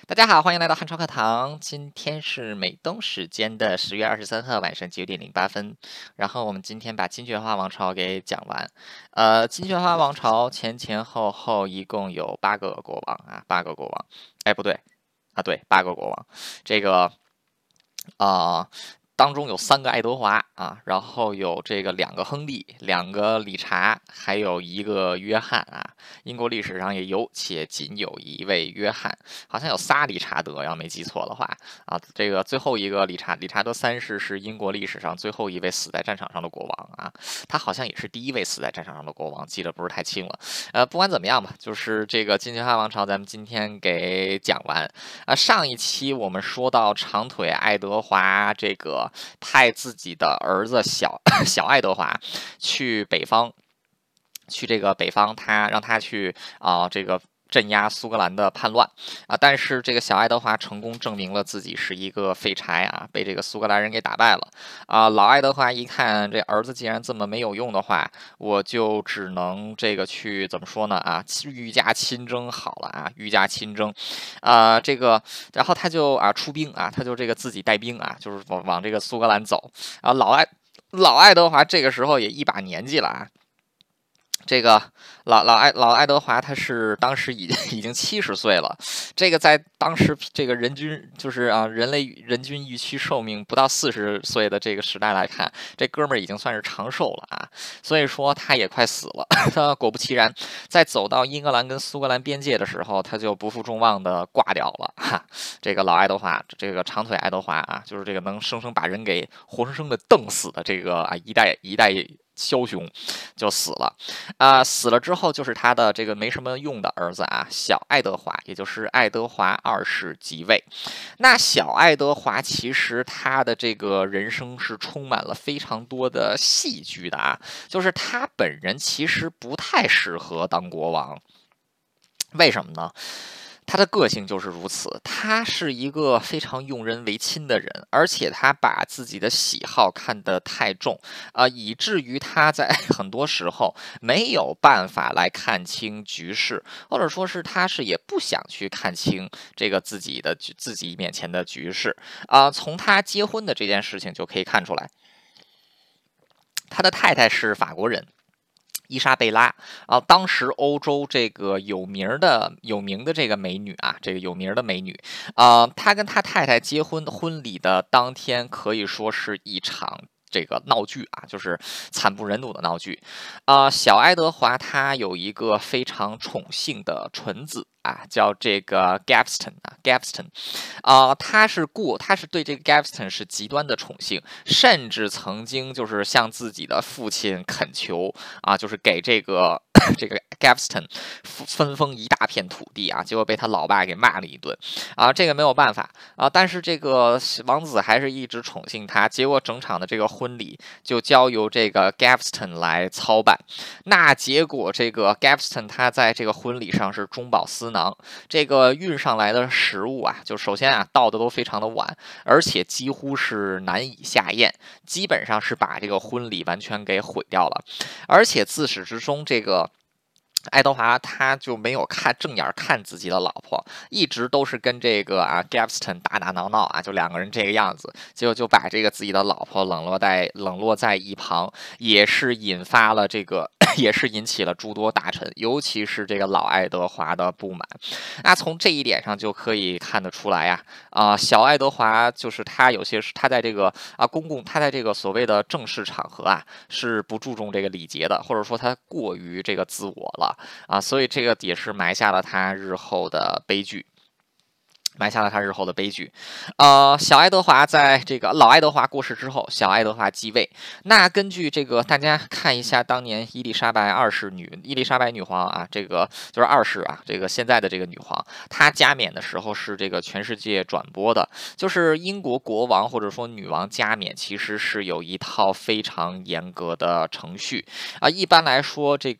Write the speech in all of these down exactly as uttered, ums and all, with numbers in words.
大家好，欢迎来到汉朝课堂。今天是美东时间的十月二十三号晚上九点零八分。然后我们今天把金雀花王朝给讲完。呃，金雀花王朝前前后后一共有八个国王啊，八个国王。哎，不对啊，对，八个国王。这个啊、呃当中有三个爱德华啊，然后有这个两个亨利，两个理查，还有一个约翰啊。英国历史上也有且仅有一位约翰，好像有仨理查德，要没记错的话啊。这个最后一个理查理查德三世是英国历史上最后一位死在战场上的国王啊，他好像也是第一位死在战场上的国王，记得不是太清了。呃，不管怎么样吧，就是这个金雀花王朝，咱们今天给讲完。啊，上一期我们说到长腿爱德华这个派自己的儿子小小爱德华去北方，去这个北方，他让他去啊、这个。镇压苏格兰的叛乱啊，但是这个小爱德华成功证明了自己是一个废柴啊，被这个苏格兰人给打败了啊。老爱德华一看这儿子既然这么没有用的话，我就只能这个去怎么说呢啊，御驾亲征好了啊，御驾亲征，啊，这个然后他就啊出兵啊，他就这个自己带兵啊，就是往往这个苏格兰走啊。老爱老爱德华这个时候也一把年纪了啊。这个老老爱老爱德华他是当时已经已经七十岁了，这个在当时这个人均就是啊人类人均预期寿命不到四十岁的这个时代来看，这哥们儿已经算是长寿了啊，所以说他也快死了。他果不其然，在走到英格兰跟苏格兰边界的时候，他就不负众望的挂掉了哈。这个老爱德华，这个长腿爱德华啊，就是这个能生生把人给活生生的瞪死的这个啊一代一代枭雄就死了。啊，死了之后就是他的这个没什么用的儿子啊，小爱德华，也就是爱德华二世即位。那小爱德华其实他的这个人生是充满了非常多的戏剧的啊，就是他本人其实不太适合当国王。为什么呢？他的个性就是如此，他是一个非常用人唯亲的人，而且他把自己的喜好看得太重啊、呃，以至于他在很多时候没有办法来看清局势，或者说是他是也不想去看清这个自己的自己面前的局势啊、呃。从他结婚的这件事情就可以看出来，他的太太是法国人。伊莎贝拉啊，当时欧洲这个有名的有名的这个美女啊，这个有名的美女啊，她跟她太太结婚婚礼的当天，可以说是一场。这个闹剧啊，就是惨不忍睹的闹剧，啊、呃，小爱德华他有一个非常宠幸的纯子啊，叫这个 Gaveston 啊 Gaveston，啊、呃，他是过他是对这个 Gaveston 是极端的宠幸，甚至曾经就是向自己的父亲恳求啊，就是给这个这个 Gaveston 分封一大片土地啊，结果被他老爸给骂了一顿啊，这个没有办法啊，但是这个王子还是一直宠幸他，结果整场的这个婚礼就交由这个 Gaveston 来操办，那结果这个 Gaveston 他在这个婚礼上是中饱私囊，这个运上来的食物啊，就首先啊到的都非常的晚，而且几乎是难以下咽，基本上是把这个婚礼完全给毁掉了，而且自始至终这个。爱德华他就没有看正眼看自己的老婆，一直都是跟这个啊 Gaveston 打打闹闹啊，就两个人这个样子，结果就把这个自己的老婆冷落在冷落在一旁，也是引发了这个，也是引起了诸多大臣，尤其是这个老爱德华的不满。那从这一点上就可以看得出来呀、啊，啊、呃，小爱德华就是他有些是他在这个啊公共，他在这个所谓的正式场合啊是不注重这个礼节的，或者说他过于这个自我了啊，所以这个也是埋下了他日后的悲剧。埋下了他日后的悲剧，呃，小爱德华在这个老爱德华过世之后，小爱德华继位。那根据这个，大家看一下当年伊丽莎白二世女伊丽莎白女皇啊，这个就是二世啊，这个现在的这个女皇，她加冕的时候是这个全世界转播的，就是英国国王或者说女王加冕，其实是有一套非常严格的程序啊。一般来说，这个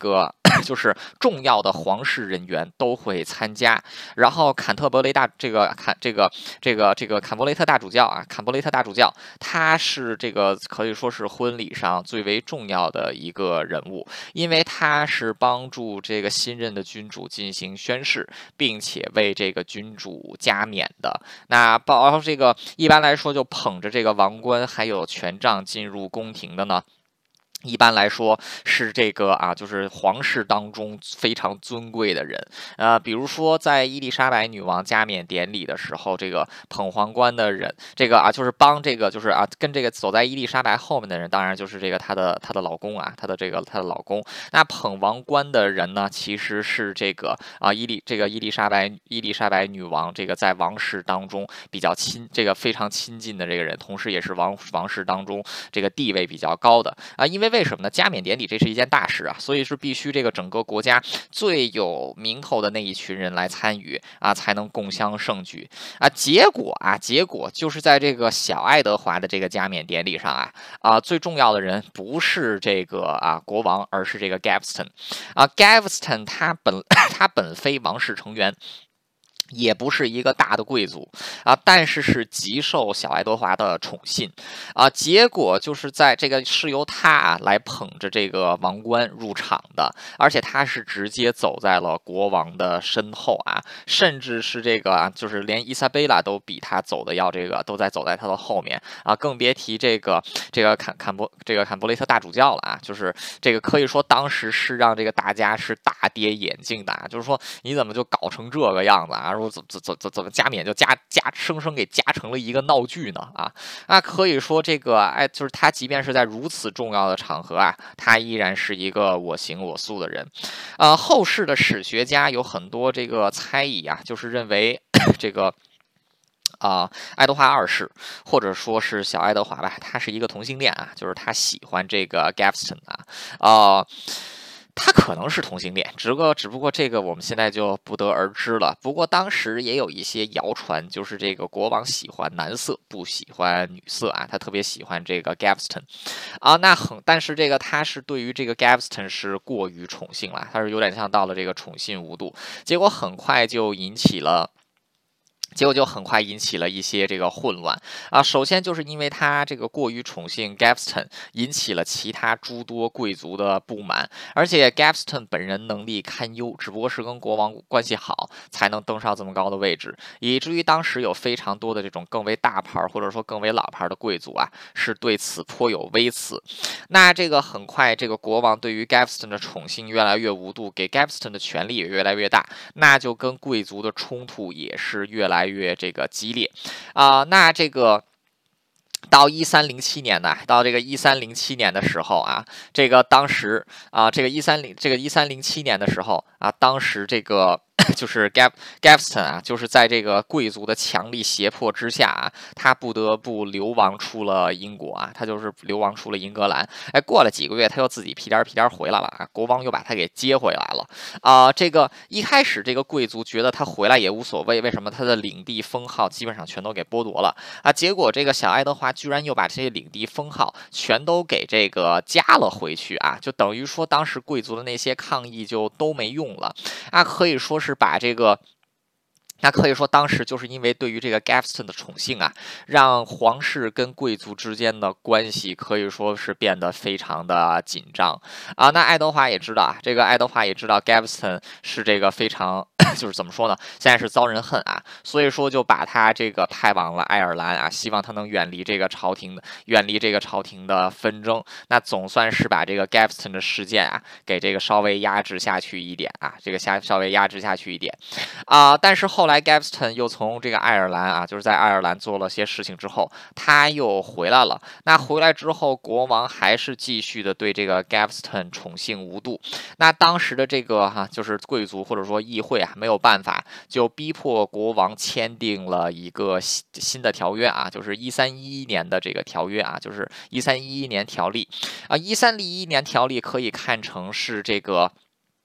就是重要的皇室人员都会参加。然后坎特伯雷大这个坎这个这个这个坎伯雷特大主教啊，坎伯雷特大主教，他是这个可以说是婚礼上最为重要的一个人物，因为他是帮助这个新任的君主进行宣誓，并且为这个君主加冕的。那包这个一般来说就捧着这个王冠还有权杖进入宫廷的呢，一般来说是这个啊，就是皇室当中非常尊贵的人，呃，比如说在伊丽莎白女王加冕典礼的时候，这个捧皇冠的人，这个啊，就是帮这个就是啊，跟这个走在伊丽莎白后面的人，当然就是这个她的她的老公啊，她的这个她的老公。那捧王冠的人呢，其实是这个啊，伊丽这个伊丽莎白伊丽莎白女王这个在王室当中比较亲，这个非常亲近的这个人，同时也是王王室当中这个地位比较高的啊，因为为什么呢？加冕典礼这是一件大事啊，所以是必须这个整个国家最有名头的那一群人来参与啊，才能共襄盛举啊。结果啊，结果就是在这个小爱德华的这个加冕典礼上啊啊，最重要的人不是这个啊国王，而是这个 Gaveston 啊 Gaveston 他本他本非王室成员。也不是一个大的贵族啊，但是是极受小爱德华的宠信啊。结果就是在这个是由他啊来捧着这个王冠入场的，而且他是直接走在了国王的身后啊，甚至是这个啊，就是连伊莎贝拉都比他走的要这个都在走在他的后面啊，更别提这个这个坎坎伯这个坎伯雷特大主教了啊，就是这个可以说当时是让这个大家是大跌眼镜的啊，就是说你怎么就搞成这个样子啊？说怎怎怎怎怎么加冕就加加生生给加成了一个闹剧呢啊？那可以说这个哎，就是他即便是在如此重要的场合啊，他依然是一个我行我素的人。呃，后世的史学家有很多这个猜疑啊，就是认为这个。啊、呃，爱德华二世，或者说是小爱德华吧，他是一个同性恋啊，就是他喜欢这个 Gaveston 啊，呃，他可能是同性恋，只不过只不过这个我们现在就不得而知了。不过当时也有一些谣传，就是这个国王喜欢男色，不喜欢女色啊，他特别喜欢这个 Gaveston 啊，那很，但是这个他是对于这个 Gaveston 是过于宠幸了，他是有点像到了这个宠信无度，结果很快就引起了。结果就很快引起了一些这个混乱啊！首先就是因为他这个过于宠幸 Gaveston，引起了其他诸多贵族的不满，而且 Gaveston 本人能力堪忧，只不过是跟国王关系好，才能登上这么高的位置，以至于当时有非常多的这种更为大牌或者说更为老牌的贵族啊，是对此颇有微词。那这个很快，这个国王对于 Gaveston 的宠幸越来越无度，给 Gaveston 的权力也越来越大，那就跟贵族的冲突也是越来越这个激烈啊、呃。那这个。到一三零七年呢，到这个一三零七年的时候啊，这个当时啊，这个一三零这个一三零七年的时候啊，当时这个就是 Gav Gaveston 啊，就是在这个贵族的强力胁迫之下啊，他不得不流亡出了英国啊，他就是流亡出了英格兰。哎，过了几个月，他又自己屁颠屁颠回来了啊，国王又把他给接回来了啊、呃。这个一开始这个贵族觉得他回来也无所谓，为什么他的领地封号基本上全都给剥夺了啊？结果这个小爱德华居然又把这些领地封号全都给这个加了回去啊，就等于说当时贵族的那些抗议就都没用了啊，可以说是把这个。那可以说，当时就是因为对于这个 Gaveston 的宠幸啊，让皇室跟贵族之间的关系可以说是变得非常的紧张啊。那爱德华也知道啊，这个爱德华也知道 Gaveston 是这个非常就是怎么说呢，现在是遭人恨啊，所以说就把他这个派往了爱尔兰啊，希望他能远离这个朝廷的，远离这个朝廷的纷争。那总算是把这个 Gaveston 的事件啊，给这个稍微压制下去一点啊，这个下稍微压制下去一点啊。但是后来 Gaveston 又从这个爱尔兰啊，就是在爱尔兰做了些事情之后，他又回来了。那回来之后，国王还是继续的对这个 Gaveston 宠幸无度。那当时的这个哈、啊，就是贵族或者说议会啊，没有办法，就逼迫国王签订了一个新新的条约啊，就是一三一一年的这个条约啊，就是一三一一年条例啊，一三一一年条例可以看成是这个。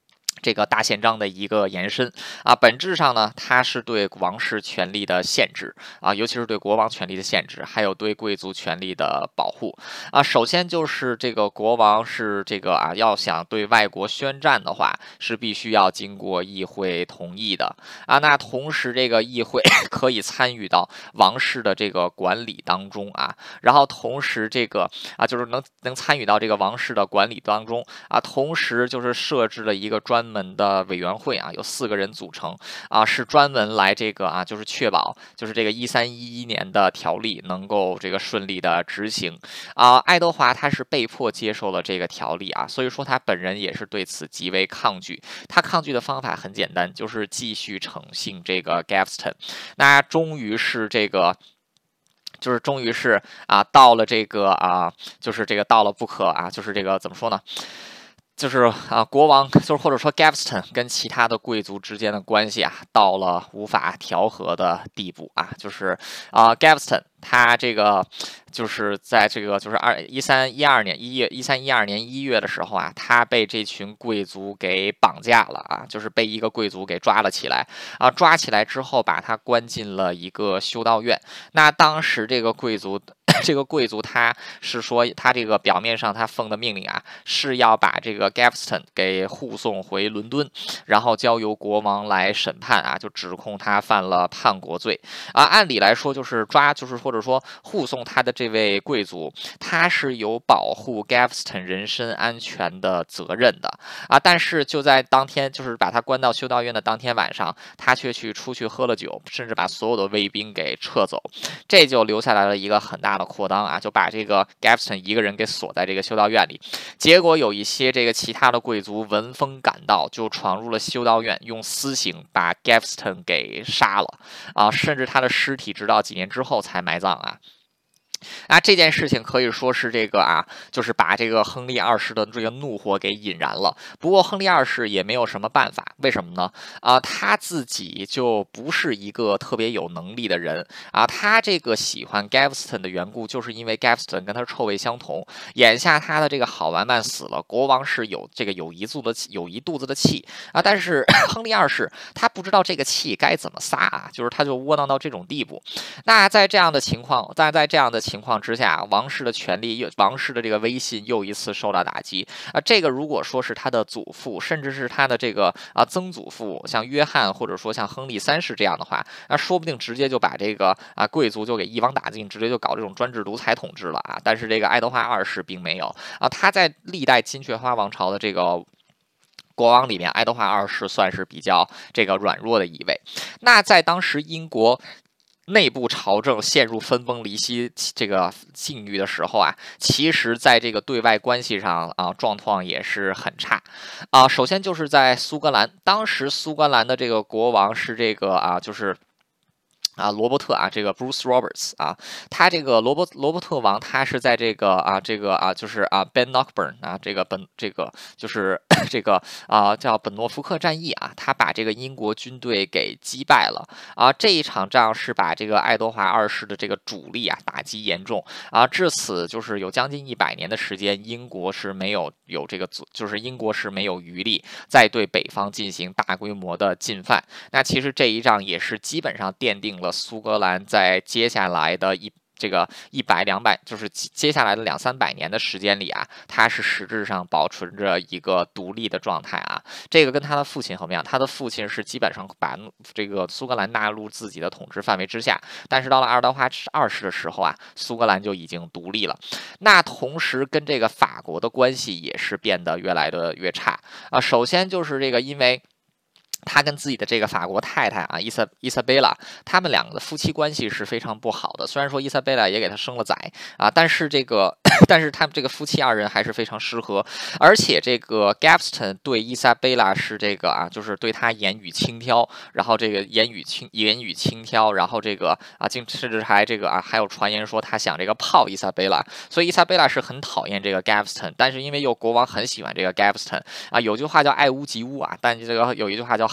这个大宪章的一个延伸啊，本质上呢，它是对王室权力的限制啊，尤其是对国王权力的限制，还有对贵族权力的保护啊。首先就是这个国王是这个啊，要想对外国宣战的话，是必须要经过议会同意的啊。那同时，这个议会可以参与到王室的这个管理当中啊，然后同时这个啊，就是能能参与到这个王室的管理当中啊，同时就是设置了一个专门的委员会啊，有四个人组成啊，是专门来这个啊，就是确保就是这个一三一一年的条例能够这个顺利的执行啊。爱德华他是被迫接受了这个条例啊，所以说他本人也是对此极为抗拒。他抗拒的方法很简单，就是继续诚信这个 Gaveston。那终于是这个。就是终于是啊，到了这个啊，就是这个到了不可啊，就是这个怎么说呢？就是啊，国王就是或者说 Gaveston 跟其他的贵族之间的关系啊，到了无法调和的地步啊，就是啊 Gaveston。他这个就是在这个就是二一三一二年一月一三一二年一月的时候啊，他被这群贵族给绑架了啊，就是被一个贵族给抓了起来啊，抓起来之后把他关进了一个修道院。那当时这个贵族。这个贵族他是说，他这个表面上他奉的命令啊，是要把这个 Gaveston 给护送回伦敦，然后交由国王来审判啊，就指控他犯了叛国罪啊。按理来说，就是抓，就是或者说护送他的这位贵族，他是有保护 Gaveston 人身安全的责任的啊。但是就在当天，就是把他关到修道院的当天晚上，他却去出去喝了酒，甚至把所有的卫兵给撤走，这就留下来了一个很大的扩张啊，就把这个 Gaveston 一个人给锁在这个修道院里。结果有一些这个其他的贵族闻风赶到，就闯入了修道院，用私刑把 Gaveston 给杀了啊，甚至他的尸体直到几年之后才埋葬啊。啊，这件事情可以说是这个啊，就是把这个亨利二世的这个怒火给引燃了。不过亨利二世也没有什么办法，为什么呢？啊，他自己就不是一个特别有能力的人啊。他这个喜欢 Gaveston 的缘故，就是因为 Gaveston 跟他臭味相同。眼下他的这个好玩伴死了，国王是有这个有一肚子有一肚子的气啊。但是亨利二世他不知道这个气该怎么撒啊，就是他就窝囊到这种地步。那在这样的情况，在在这样的情况之下，王室的权力，王室的这个威信又一次受到打击啊。这个如果说是他的祖父，甚至是他的这个啊曾祖父，像约翰或者说像亨利三世这样的话，那说不定直接就把这个啊贵族就给一网打尽，直接就搞这种专制独裁统治了啊。但是这个爱德华二世并没有啊，他在历代金雀花王朝的这个国王里面，爱德华二世算是比较这个软弱的一位。那在当时英国内部朝政陷入分崩离析这个境遇的时候啊，其实在这个对外关系上啊，状况也是很差啊。首先就是在苏格兰，当时苏格兰的这个国王是这个啊，就是。啊，罗伯特啊，这个 Bruce Roberts 啊，他这个罗伯罗伯特王，他是在这个啊，这个啊，就是啊，Ben Knockburn 啊，这个本这个就是这个啊，叫本诺福克战役啊，他把这个英国军队给击败了啊。这一场仗是把这个爱德华二世的这个主力啊打击严重啊，至此就是有将近一百年的时间，英国是没有有这个就是英国是没有余力再对北方进行大规模的进犯。那其实这一仗也是基本上奠定了苏格兰在接下来的一这个一百两百，就是接下来的两三百年的时间里啊，它是实质上保存着一个独立的状态啊。这个跟他的父亲很不一样，他的父亲是基本上把这个苏格兰纳入自己的统治范围之下，但是到了爱德华二世的时候啊，苏格兰就已经独立了。那同时跟这个法国的关系也是变得越来的越差啊。首先就是这个因为。他跟自己的这个法国太太啊，伊萨伊萨贝拉，他们两个的夫妻关系是非常不好的。虽然说伊萨贝拉也给他生了崽啊，但是这个，但是他们这个夫妻二人还是非常适合。而且这个 Gaveston 对伊萨贝拉是这个啊，就是对他言语轻佻，然后这个言语轻言语轻佻，然后这个啊，竟甚至还这个啊，还有传言说他想这个泡伊萨贝拉，所以伊萨贝拉是很讨厌这个 Gaveston， 但是因为有国王很喜欢这个 Gaveston 啊，有句话叫爱屋及乌啊，但这个有一句话叫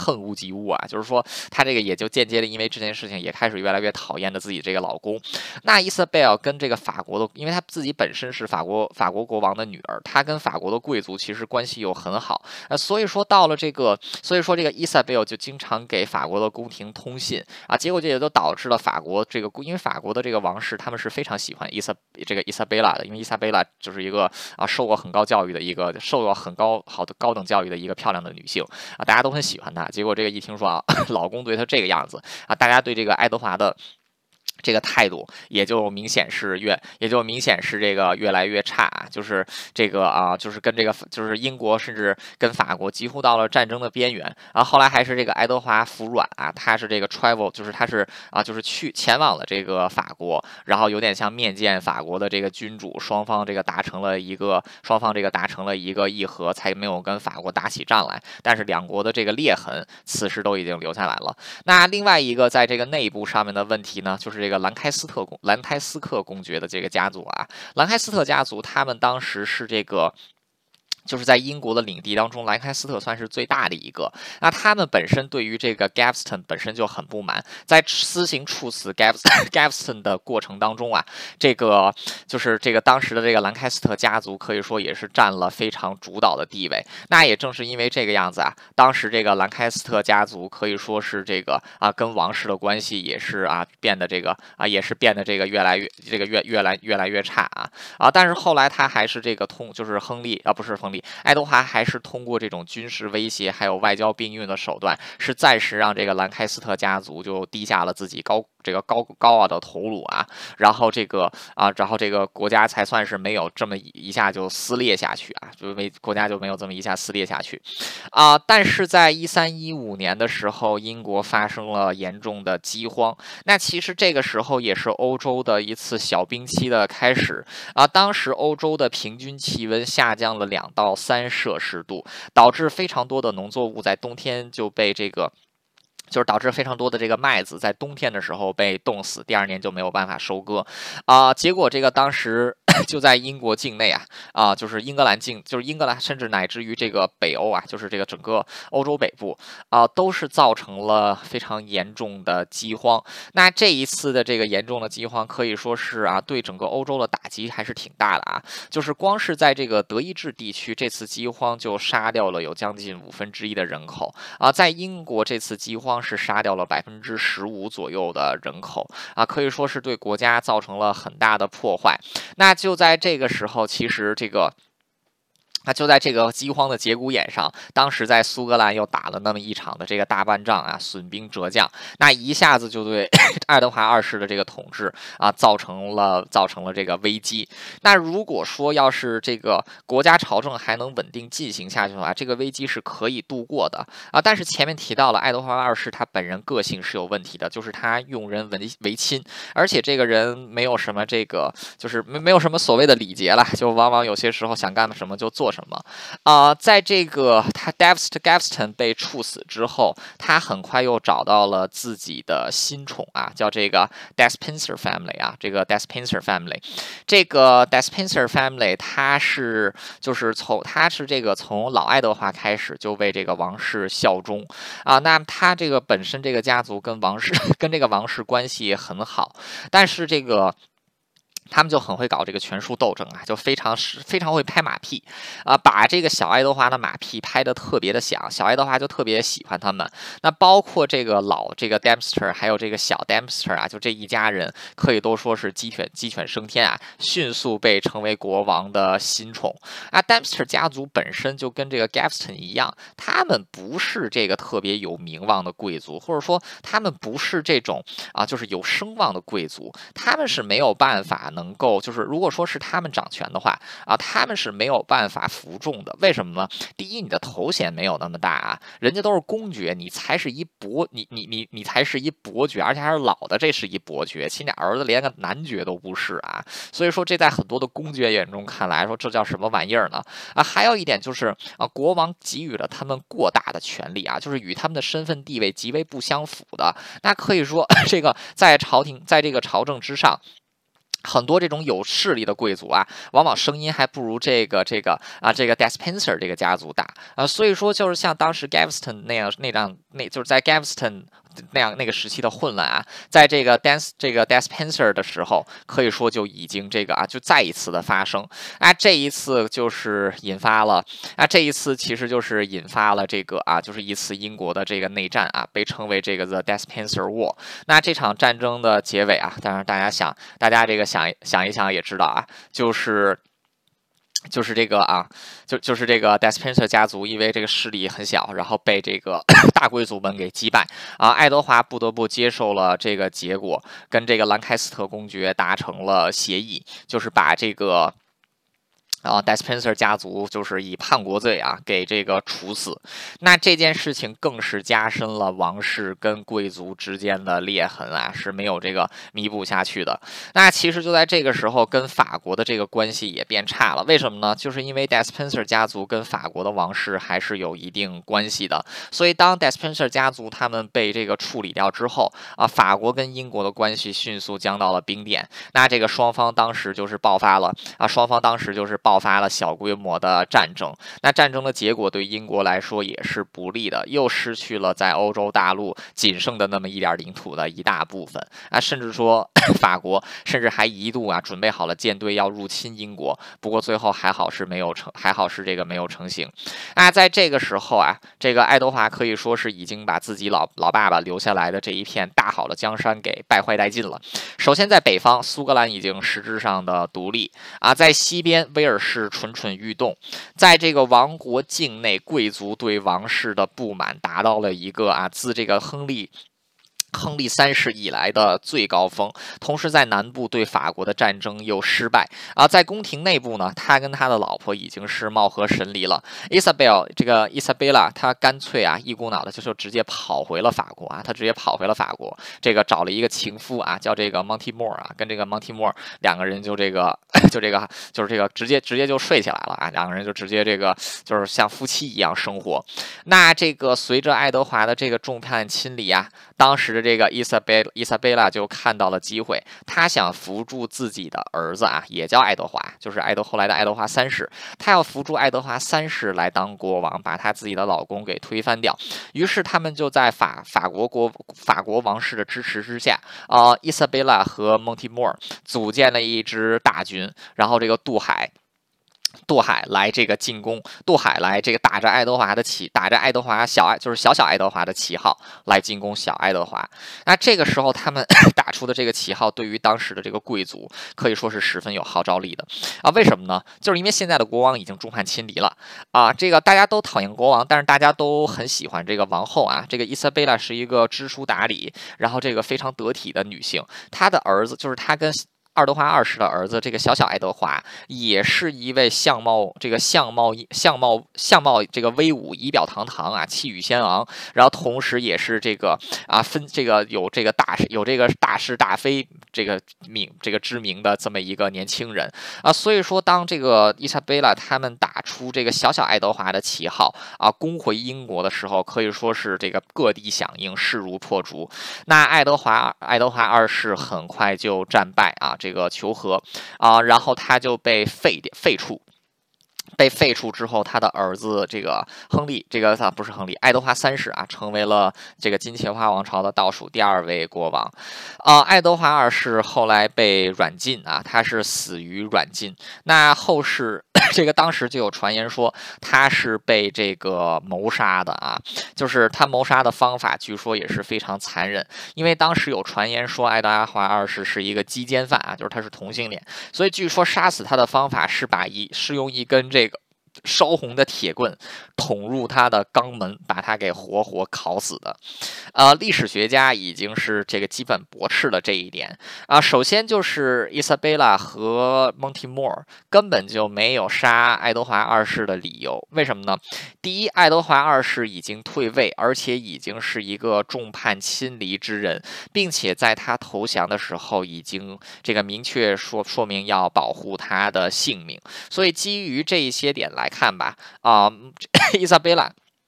恨恶及物啊，就是说她这个也就间接的因为这件事情也开始越来越讨厌着自己这个老公。那伊莎贝尔跟这个法国的，因为她自己本身是法国法国国王的女儿，她跟法国的贵族其实关系又很好，呃，所以说到了这个，所以说这个伊莎贝尔就经常给法国的宫廷通信啊，结果这也都导致了法国这个，因为法国的这个王室他们是非常喜欢伊莎这个伊莎贝拉的，因为伊莎贝拉就是一个啊受过很高教育的一个受过很高好的高等教育的一个漂亮的女性啊，大家都很喜欢她。结果这个一听说啊，老公对她这个样子啊，大家对这个爱德华的这个态度也就明显是越，也就明显是这个越来越差，就是这个啊，就是跟这个就是英国甚至跟法国几乎到了战争的边缘啊。后来还是这个爱德华服软啊，他是这个 travel， 就是他是啊，就是去前往了这个法国，然后有点像面见法国的这个君主，双方这个达成了一个双方这个达成了一个议和，才没有跟法国打起仗来。但是两国的这个裂痕此时都已经留下来了。那另外一个在这个内部上面的问题呢，就是这个兰开斯特公兰开斯克公爵的这个家族啊，兰开斯特家族他们当时是这个。就是在英国的领地当中，兰开斯特算是最大的一个。那他们本身对于这个 Gaveston 本身就很不满，在私刑处死 Gaveston 的过程当中啊，这个就是这个当时的这个兰开斯特家族可以说也是占了非常主导的地位。那也正是因为这个样子啊，当时这个兰开斯特家族可以说是这个啊跟王室的关系也是啊变得这个啊也是变得这个越来越这个越越来越来越差啊啊！但是后来他还是这个通就是亨利啊不是亨利。爱德华还是通过这种军事威胁，还有外交兵运的手段，是暂时让这个兰开斯特家族就低下了自己高这个高高傲的头颅啊，然后这个啊，然后这个国家才算是没有这么一下就撕裂下去啊，就没国家就没有这么一下撕裂下去啊。但是在一三一五年的时候，英国发生了严重的饥荒，那其实这个时候也是欧洲的一次小冰期的开始啊。当时欧洲的平均气温下降了两到三摄氏度，导致非常多的农作物在冬天就被这个。就是导致非常多的这个麦子在冬天的时候被冻死，第二年就没有办法收割，啊、呃，结果这个当时就在英国境内啊，啊、呃，就是英格兰境，就是英格兰，甚至乃至于这个北欧啊，就是这个整个欧洲北部啊、呃，都是造成了非常严重的饥荒。那这一次的这个严重的饥荒可以说是啊，对整个欧洲的打击还是挺大的啊，就是光是在这个德意志地区，这次饥荒就杀掉了有将近五分之一的人口啊，在英国这次饥荒是杀掉了百分之十五左右的人口啊，可以说是对国家造成了很大的破坏。那就在这个时候，其实这个。那就在这个饥荒的节骨眼上，当时在苏格兰又打了那么一场的这个大半仗啊，损兵折将，那一下子就对爱德华二世的这个统治啊造成了造成了这个危机。那如果说要是这个国家朝政还能稳定进行下去的话，这个危机是可以度过的啊。但是前面提到了爱德华二世他本人个性是有问题的，就是他用人为为亲，而且这个人没有什么这个就是没没有什么所谓的礼节了，就往往有些时候想干什么就做什么啊、呃，在这个他 Gaveston 被处死之后，他很快又找到了自己的新宠啊，叫这个 Despencer family 啊，这个 Despencer family， 这个 Despencer family 他是就是从他是这个从老爱德华开始就为这个王室效忠啊，那他这个本身这个家族跟王室跟这个王室关系很好，但是这个。他们就很会搞这个权术斗争啊，就非常是非常会拍马屁啊，把这个小爱德华的马屁拍得特别的响，小爱德华就特别喜欢他们。那包括这个老这个 Dempster， 还有这个小 Dempster 啊，就这一家人可以都说是鸡犬鸡犬升天啊，迅速被成为国王的新宠啊。Dempster 家族本身就跟这个 Gaveston 一样，他们不是这个特别有名望的贵族，或者说他们不是这种啊，就是有声望的贵族，他们是没有办法能。能够就是，如果说是他们掌权的话啊，他们是没有办法服众的。为什么呢？第一，你的头衔没有那么大啊，人家都是公爵，你才是一伯，你你你你才是一伯爵，而且还是老的，这是一伯爵，亲家儿子连个男爵都不是啊。所以说，这在很多的公爵眼中看来，说这叫什么玩意儿呢？啊，还有一点就是啊，国王给予了他们过大的权利啊，就是与他们的身份地位极为不相符的。那可以说，这个在朝廷，在这个朝政之上。 很多这种有势力的贵族啊，往往声音还不如这个这个啊这个 Despencer 这个家族大啊，所以说就是像当时 Gaveston 那样那样那就是在 Gaveston 那样那个时期的混乱啊，在这个 Des 这个 Despencer 的时候，可以说就已经这个啊就再一次的发生啊，这一次就是引发了啊这一次其实就是引发了这个啊就是一次英国的这个内战啊，被称为这个 The Despencer War。那这场战争的结尾啊，当然大家想大家这个想想一想也知道啊，就是就是这个啊，就就是这个 Despencer 家族，因为这个势力很小，然后被这个大贵族们给击败啊。爱德华不得不接受了这个结果，跟这个兰开斯特公爵达成了协议，就是把这个。啊，Despencer 家族就是以叛国罪啊给这个处死，那这件事情更是加深了王室跟贵族之间的裂痕啊，是没有这个弥补下去的。那其实就在这个时候，跟法国的这个关系也变差了。为什么呢？就是因为 Despencer 家族跟法国的王室还是有一定关系的，所以当 Despencer 家族他们被这个处理掉之后啊，法国跟英国的关系迅速降到了冰点。那这个双方当时就是爆发了啊，双方当时就是爆发了小规模的战争。那战争的结果对英国来说也是不利的，又失去了在欧洲大陆仅剩的那么一点领土的一大部分啊，甚至说法国甚至还一度啊准备好了舰队要入侵英国，不过最后还好是没有成，还好是这个没有成型。那在这个时候啊，这个爱德华可以说是已经把自己老老爸爸留下来的这一片大好的江山给败坏殆尽了。首先在北方，苏格兰已经实质上的独立啊，在西边威尔士蠢蠢欲动，在这个王国境内，贵族对王室的不满达到了一个啊自这个亨利。亨利三世以来的最高峰，同时在南部对法国的战争又失败啊，在宫廷内部呢，他跟他的老婆已经是貌合神离了。Isabel 这个 Isabella，他干脆啊一股脑的就就直接跑回了法国啊，他直接跑回了法国，这个找了一个情夫啊，叫这个 Monty Moore 啊，跟这个 Monty Moore 两个人就这个就这个就是这个直接直接就睡起来了啊，两个人就直接这个就是像夫妻一样生活。那这个随着爱德华的这个众叛亲离啊。当时的这个伊莎贝伊莎贝拉就看到了机会，他想扶助自己的儿子啊，也叫爱德华，就是爱德后来的爱德华三世，他要扶助爱德华三世来当国王，把他自己的老公给推翻掉。于是他们就在法法国国法国王室的支持之下，啊、呃，伊莎贝拉和蒙蒂莫尔组建了一支大军，然后这个渡海。渡海来这个进攻，渡海来这个打着爱德华的旗，打着爱德华小爱就是小小爱德华的旗号来进攻小爱德华。那这个时候他们打出的这个旗号，对于当时的这个贵族可以说是十分有号召力的啊。为什么呢？就是因为现在的国王已经众叛亲离了啊。这个大家都讨厌国王，但是大家都很喜欢这个王后啊。这个伊莎贝拉是一个知书达理，然后这个非常得体的女性。她的儿子就是她跟。爱德华二世的儿子，这个小小爱德华也是一位相貌这个相貌相貌相貌这个威武、仪表堂堂啊，气宇轩昂，然后同时也是这个啊分这个有这个大有这个大是大非这个名这个知名的这么一个年轻人啊，所以说当这个伊莎贝拉他们打出这个小小爱德华的旗号啊，攻回英国的时候，可以说是这个各地响应，势如破竹。那爱德华爱德华二世很快就战败啊。这个求和啊，然后他就被废废黜。被废黜之后，他的儿子这个亨利，这个啊不是亨利，爱德华三世啊，成为了这个金钱花王朝的倒数第二位国王。啊，爱德华二世后来被软禁啊，他是死于软禁。那后世这个当时就有传言说他是被这个谋杀的啊，就是他谋杀的方法据说也是非常残忍，因为当时有传言说爱德华二世是一个鸡奸犯啊，就是他是同性恋，所以据说杀死他的方法是把一是用一根这个。烧红的铁棍捅入他的肛门，把他给活活烤死的。呃，历史学家已经是这个基本驳斥了这一点啊。首先就是伊莎贝拉和蒙蒂莫尔根本就没有杀爱德华二世的理由，为什么呢？第一，爱德华二世已经退位，而且已经是一个众叛亲离之人，并且在他投降的时候已经这个明确说说明要保护他的性命，所以基于这一些点来看吧，啊、呃，伊莎贝拉。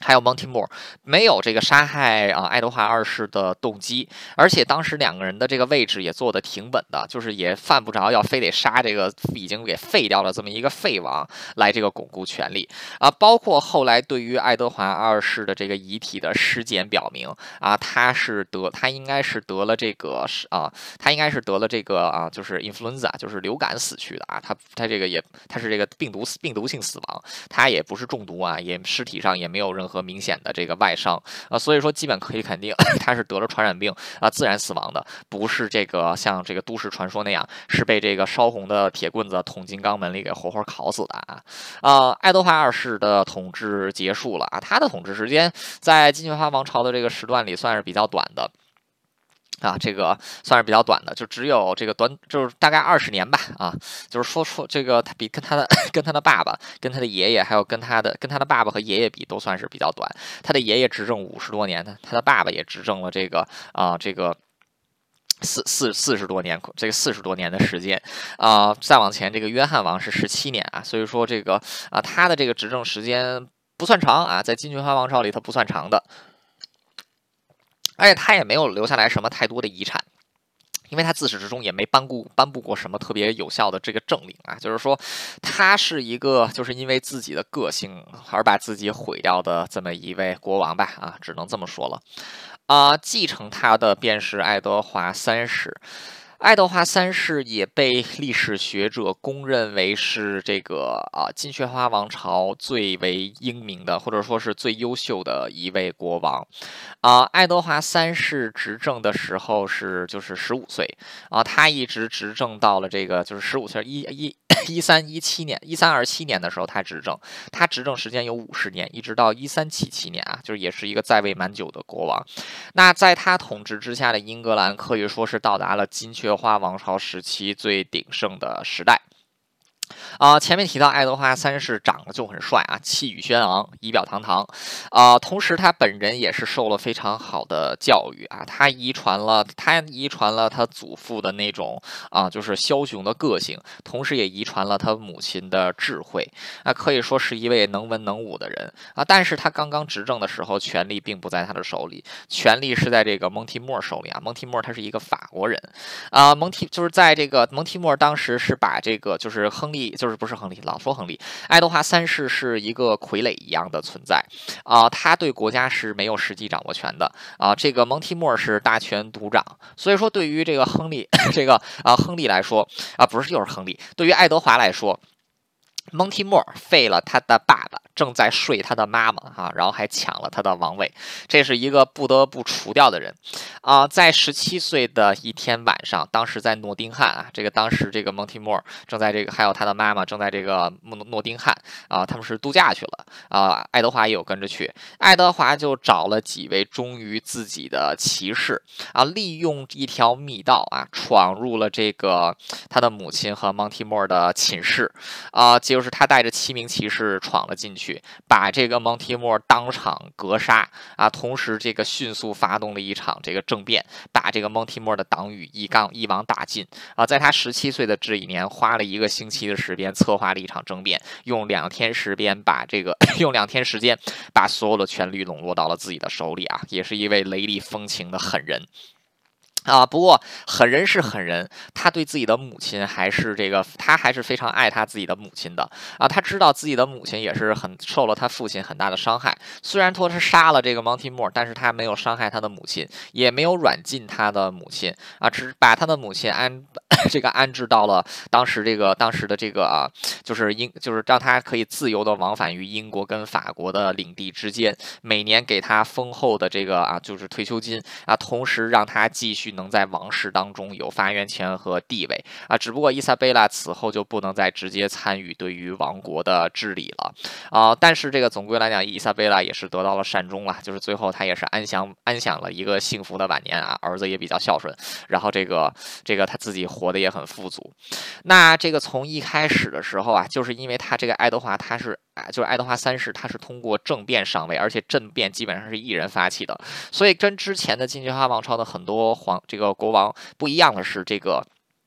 还有 Monty Moore 没有这个杀害啊爱德华二世的动机，而且当时两个人的这个位置也做得挺稳的，就是也犯不着要非得杀这个已经给废掉了这么一个废王来这个巩固权力啊。包括后来对于爱德华二世的这个遗体的尸检表明啊，他是得他应该是得了这个啊，他应该是得了这个啊，就是 influenza 就是流感死去的啊，他他这个也他是这个病毒病毒性死亡，他也不是中毒啊，也尸体上也没有任何明显的这个外伤啊，所以说基本可以肯定他是得了传染病啊自然死亡的，不是这个像这个都市传说那样是被这个烧红的铁棍子捅进肛门里给活活烤死的啊。啊，爱德华二世的统治结束了啊，他的统治时间在金雀花王朝的这个时段里算是比较短的。啊，这个算是比较短的，就只有这个短，就是大概二十年吧。啊，就是说说这个他比跟他的跟他的爸爸、跟他的爷爷，还有跟他的跟他的爸爸和爷爷比，都算是比较短。他的爷爷执政五十多年，他他的爸爸也执政了这个啊这个。四四四十多年，这个四十多年的时间，啊、再往前，这个约翰王是十七年啊，所以说这个啊、他的这个执政时间不算长啊，在金雀花王朝里他不算长的，而且他也没有留下来什么太多的遗产。因为他自始至终也没颁布颁布过什么特别有效的这个政令啊，就是说，他是一个就是因为自己的个性而把自己毁掉的这么一位国王吧，啊，只能这么说了。啊、继承他的便是爱德华三世。爱德华三世也被历史学者公认为是这个啊金雀花王朝最为英明的，或者说是最优秀的一位国王。啊，爱德华三世执政的时候是就是十五岁啊，他一直执政到了这个就是十五岁一一。一三一七年，一三二七年的时候，他执政，他执政时间有五十年，一直到一三七七年啊，就是也是一个在位蛮久的国王。那在他统治之下的英格兰可以说是到达了金雀花王朝时期最鼎盛的时代。啊、呃，前面提到爱德华三世长得就很帅啊，气宇轩昂，仪表堂堂。啊、呃，同时他本人也是受了非常好的教育啊，他遗传了他遗传了他祖父的那种啊、呃，就是枭雄的个性，同时也遗传了他母亲的智慧啊，可以说是一位能文能武的人啊。但是他刚刚执政的时候，权力并不在他的手里，权力是在这个蒙提莫手里啊。蒙提莫他是一个法国人啊，蒙提就是在这个蒙提莫当时是把这个就是亨利。就是不是亨利，老说亨利，爱德华三世是一个傀儡一样的存在啊、呃，他对国家是没有实际掌握权的啊、呃。这个蒙提莫是大权独掌，所以说对于这个亨利这个啊、呃、亨利来说啊、呃，不是又是亨利，对于爱德华来说。蒙提莫废了他的爸爸，正在睡他的妈妈啊，然后还抢了他的王位，这是一个不得不除掉的人啊、呃。在十七岁的一天晚上，当时在诺丁汉啊，这个当时这个蒙提莫正在这个，还有他的妈妈正在这个诺诺丁汉啊、呃，他们是度假去了啊、呃。爱德华也有跟着去，爱德华就找了几位忠于自己的骑士啊，利用一条密道啊，闯入了这个他的母亲和蒙提莫的寝室啊。呃就是他带着七名骑士闯了进去，把这个蒙提莫当场格杀啊！同时，这个迅速发动了一场这个政变，把这个蒙提莫的党羽一杠一网打尽啊！在他十七岁的这一年，花了一个星期的时间策划了一场政变，用两天时间把这个用两天时间把所有的权力笼络到了自己的手里啊！也是一位雷厉风行的狠人。啊，不过狠人是狠人，他对自己的母亲还是这个，他还是非常爱他自己的母亲的啊。他知道自己的母亲也是很受了他父亲很大的伤害，虽然说是杀了这个 Monty Moore，但是他没有伤害他的母亲，也没有软禁他的母亲啊，只把他的母亲安这个安置到了当时这个当时的这个啊，就是英就是让他可以自由的往返于英国跟法国的领地之间，每年给他丰厚的这个啊就是退休金啊，同时让他继续。能在王室当中有发言权和地位啊，只不过伊莎贝拉此后就不能再直接参与对于王国的治理了啊。但是这个总归来讲，伊莎贝拉也是得到了善终了，就是最后他也是安享安享了一个幸福的晚年啊，儿子也比较孝顺，然后这个这个他自己活得也很富足。那这个从一开始的时候啊，就是因为他这个爱德华他是。啊，就是爱德华三世，他是通过政变上位，而且政变基本上是一人发起的，所以跟之前的金雀花王朝的很多皇这个国王不一样的是，这个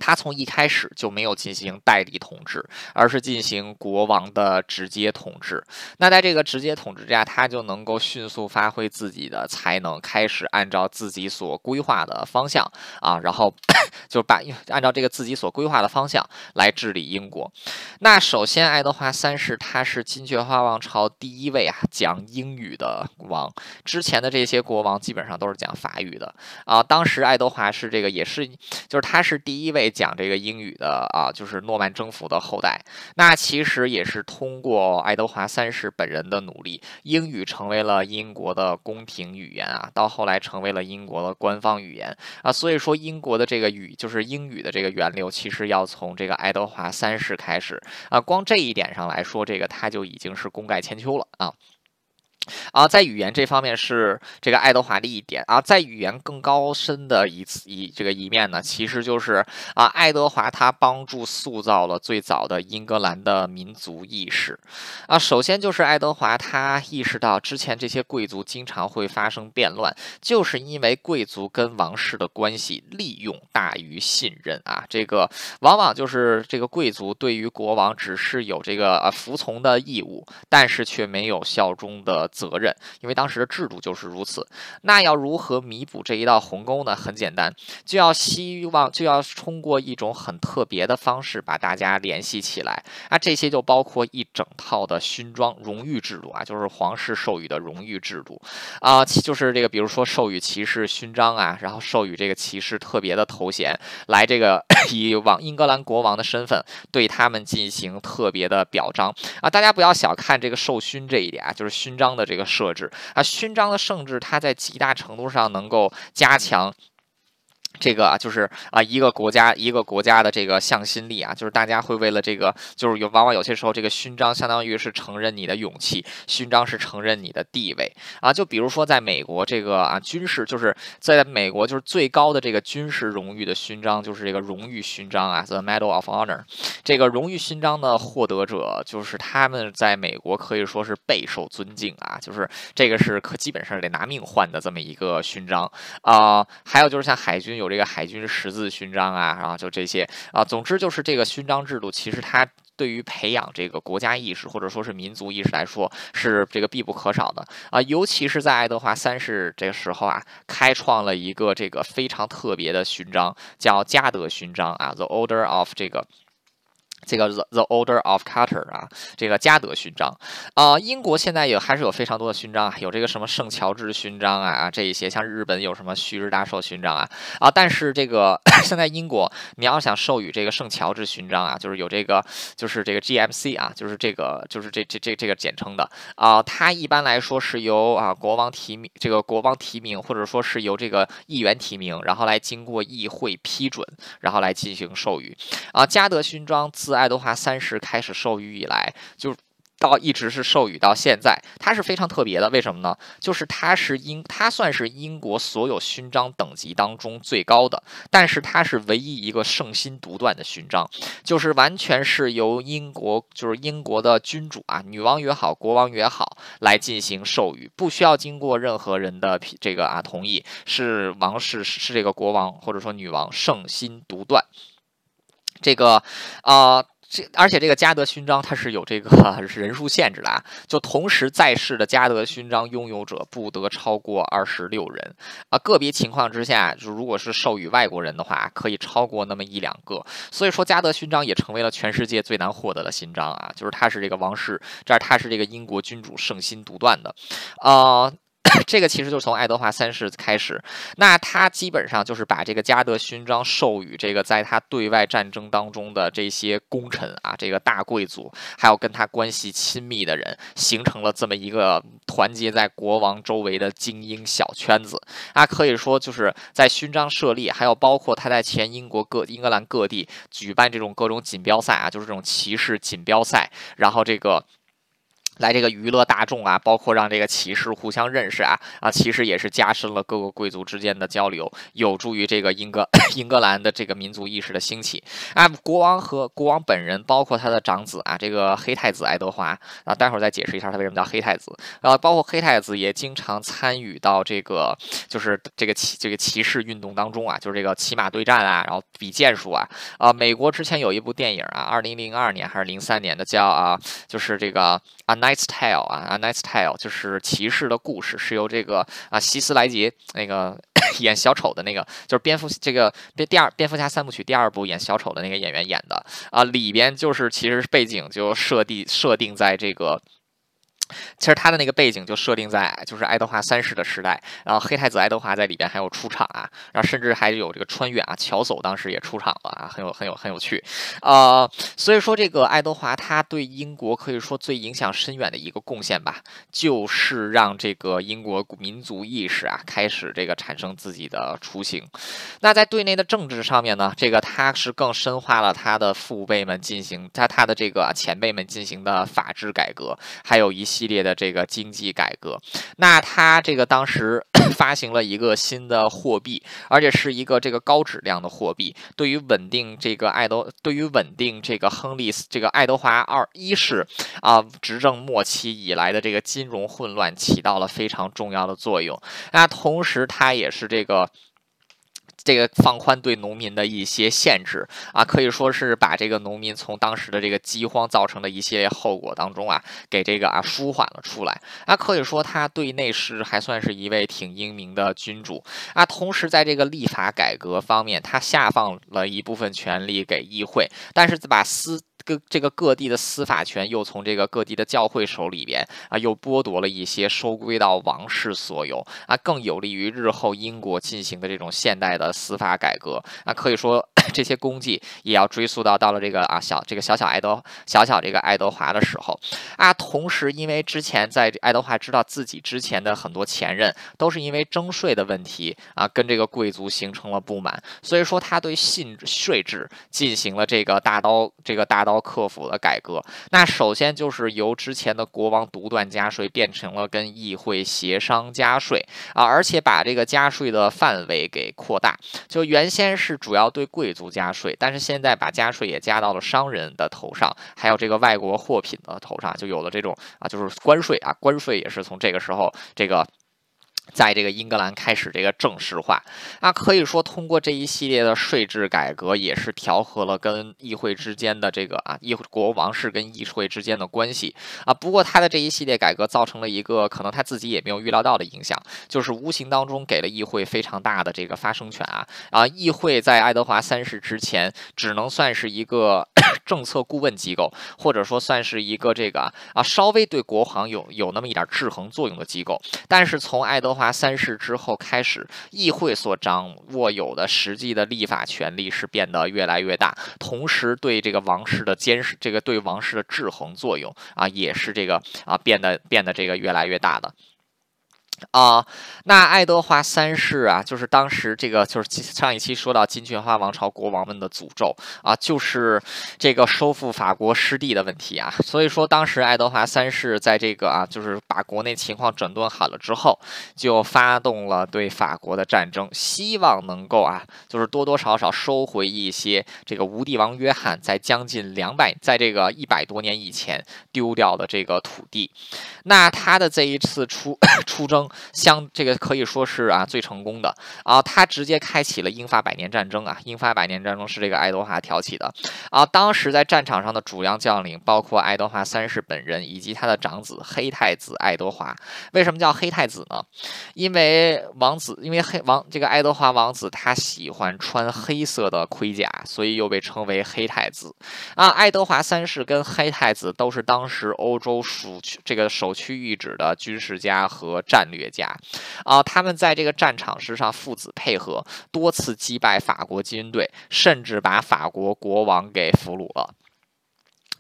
他从一开始就没有进行代理统治，而是进行国王的直接统治。那在这个直接统治下，他就能够迅速发挥自己的才能，开始按照自己所规划的方向啊，然后就把按照这个自己所规划的方向来治理英国。那首先，爱德华三世他是金雀花王朝第一位啊讲英语的王，之前的这些国王基本上都是讲法语的啊。当时爱德华是这个也是，就是他是第一位讲这个英语的啊，就是诺曼征服的后代。那其实也是通过爱德华三世本人的努力，英语成为了英国的宫廷语言啊，到后来成为了英国的官方语言啊。所以说，英国的这个语就是英语的这个源流，其实要从这个爱德华三世开始啊。光这一点上来说，这个他就已经是功盖千秋了啊。啊，在语言这方面是这个爱德华的一点啊，在语言更高深的一次一这个一面呢，其实就是啊，爱德华他帮助塑造了最早的英格兰的民族意识啊。首先就是爱德华他意识到之前这些贵族经常会发生变乱，就是因为贵族跟王室的关系利用大于信任啊，这个往往就是这个贵族对于国王只是有这个呃服从的义务，但是却没有效忠的责任，因为当时的制度就是如此。那要如何弥补这一道鸿沟呢？很简单，就要希望就要通过一种很特别的方式把大家联系起来啊。这些就包括一整套的勋章荣誉制度啊，就是皇室授予的荣誉制度啊，就是这个比如说授予骑士勋章啊，然后授予这个骑士特别的头衔，来这个以往英格兰国王的身份对他们进行特别的表彰啊。大家不要小看这个授勋这一点啊，就是勋章的这个设置啊，勋章的设置，它在极大程度上能够加强这个啊，就是啊，一个国家一个国家的这个向心力啊，就是大家会为了这个，就是有往往有些时候这个勋章相当于是承认你的勇气，勋章是承认你的地位啊。就比如说在美国这个啊军事，就是在美国就是最高的这个军事荣誉的勋章就是这个荣誉勋章啊 ，The Medal of Honor。这个荣誉勋章的获得者，就是他们在美国可以说是备受尊敬啊，就是这个是可基本上得拿命换的这么一个勋章啊、呃。还有就是像海军有这个海军十字勋章啊，然后就这些啊。总之就是这个勋章制度，其实它对于培养这个国家意识或者说是民族意识来说，是这个必不可少的啊。尤其是在爱德华三世这个时候啊，开创了一个这个非常特别的勋章，叫嘉德勋章啊 ，The Order of 这个。这个 The The Order of Carter 啊，这个嘉德勋章啊、呃，英国现在有还是有非常多的勋章啊，有这个什么圣乔治勋章啊，这一些像日本有什么旭日大寿勋章啊啊，但是这个现在英国你要想授予这个圣乔治勋章啊，就是有这个就是这个 G M C 啊，就是这个就是这这这这个简称的啊、呃，它一般来说是由啊国王提名，这个国王提名或者说是由这个议员提名，然后来经过议会批准，然后来进行授予啊。嘉德勋章自爱德华三世开始授予以来，就到一直是授予到现在，它是非常特别的。为什么呢？就是它是英，它算是英国所有勋章等级当中最高的，但是它是唯一一个圣心独断的勋章，就是完全是由英国，就是英国的君主啊，女王也好，国王也好，来进行授予，不需要经过任何人的这个啊同意，是王室是这个国王或者说女王圣心独断。这个，呃，这而且这个嘉德勋章它是有这个人数限制的啊，就同时在世的嘉德勋章拥有者不得超过二十六人啊，个别情况之下，就如果是授予外国人的话，可以超过那么一两个。所以说，嘉德勋章也成为了全世界最难获得的勋章啊，就是它是这个王室，这儿它是这个英国君主圣心独断的，啊、呃。这个其实就是从爱德华三世开始，那他基本上就是把这个嘉德勋章授予这个在他对外战争当中的这些功臣啊，这个大贵族，还有跟他关系亲密的人，形成了这么一个团结在国王周围的精英小圈子啊。可以说就是在勋章设立，还有包括他在前英国各英格兰各地举办这种各种锦标赛啊，就是这种骑士锦标赛，然后这个。 来这个娱乐大众啊，包括让这个骑士互相认识啊啊，其实也是加深了各个贵族之间的交流，有助于这个英格英格兰的这个民族意识的兴起啊。国王和国王本人，包括他的长子啊，这个黑太子爱德华啊，待会儿再解释一下他为什么叫黑太子。然后包括黑太子也经常参与到这个就是这个骑这个骑士运动当中啊，就是这个骑马对战啊，然后比剑术啊啊。美国之前有一部电影啊，二零零二年还是零三年的，叫啊，就是这个。A Knight's Tale 啊，A Knight's Tale 就是骑士的故事，是由这个啊希斯莱杰那个演小丑的那个，就是蝙蝠这个第二蝙蝠侠三部曲第二部演小丑的那个演员演的啊，里边就是其实背景就设定设定在这个。其实他的那个背景就设定在就是爱德华三世的时代，然后黑太子爱德华在里边还有出场啊，然后甚至还有这个穿越啊，乔叟当时也出场了啊，很有很有很有趣，呃，所以说这个爱德华他对英国可以说最影响深远的一个贡献吧，就是让这个英国民族意识啊开始这个产生自己的雏形。那在对内的政治上面呢，这个他是更深化了他的父辈们进行他他的这个前辈们进行的法治改革，还有一系列的这个经济改革。那他这个当时发行了一个新的货币，而且是一个这个高质量的货币，对于稳定这个爱德，对于稳定这个亨利这个爱德华二一世啊执政末期以来的这个金融混乱起到了非常重要的作用。那同时，他也是这个。这个放宽对农民的一些限制啊，可以说是把这个农民从当时的这个饥荒造成的一系列后果当中啊，给这个啊舒缓了出来。啊，可以说他对内是还算是一位挺英明的君主啊。同时，在这个立法改革方面，他下放了一部分权力给议会，但是把司各这个各地的司法权又从这个各地的教会手里边啊，又剥夺了一些，收归到王室所有啊，更有利于日后英国进行的这种现代的司法改革啊。可以说这些功绩也要追溯到到了这个啊小这个小小爱德小小这个爱德华的时候啊。同时，因为之前在爱德华知道自己之前的很多前任都是因为征税的问题啊，跟这个贵族形成了不满，所以说他对信税制进行了这个大刀这个大刀。克服的改革，那首先就是由之前的国王独断加税变成了跟议会协商加税啊，而且把这个加税的范围给扩大，就原先是主要对贵族加税，但是现在把加税也加到了商人的头上，还有这个外国货品的头上，就有了这种啊，就是关税啊，关税也是从这个时候这个。在这个英格兰开始这个正式化啊，可以说通过这一系列的税制改革，也是调和了跟议会之间的这个啊议会国王室跟议会之间的关系啊。不过他的这一系列改革造成了一个可能他自己也没有预料到的影响，就是无形当中给了议会非常大的这个发声权啊啊！议会在爱德华三世之前只能算是一个政策顾问机构，或者说算是一个这个啊稍微对国王有有那么一点制衡作用的机构，但是从爱德华三世之后开始，议会所掌握有的实际的立法权力是变得越来越大，同时对这个王室的监视，这个对王室的制衡作用啊，也是这个啊变得变得这个越来越大的。啊，那爱德华三世啊，就是当时这个就是上一期说到金雀花王朝国王们的诅咒啊，就是这个收复法国失地的问题啊。所以说，当时爱德华三世在这个啊，就是把国内情况整顿好了之后，就发动了对法国的战争，希望能够啊，就是多多少少收回一些这个无帝王约翰在将近两百，在这个一百多年以前丢掉的这个土地。那他的这一次出出征。相这个可以说是啊最成功的啊，他直接开启了英法百年战争啊，英法百年战争是这个爱德华挑起的啊。当时在战场上的主要将领包括爱德华三世本人以及他的长子黑太子爱德华。为什么叫黑太子呢？因为王子，因为黑王这个爱德华王子他喜欢穿黑色的盔甲，所以又被称为黑太子啊。爱德华三世跟黑太子都是当时欧洲属这个首屈一指的军事家和战略家啊，他们在这个战场之上父子配合，多次击败法国军队，甚至把法国国王给俘虏了。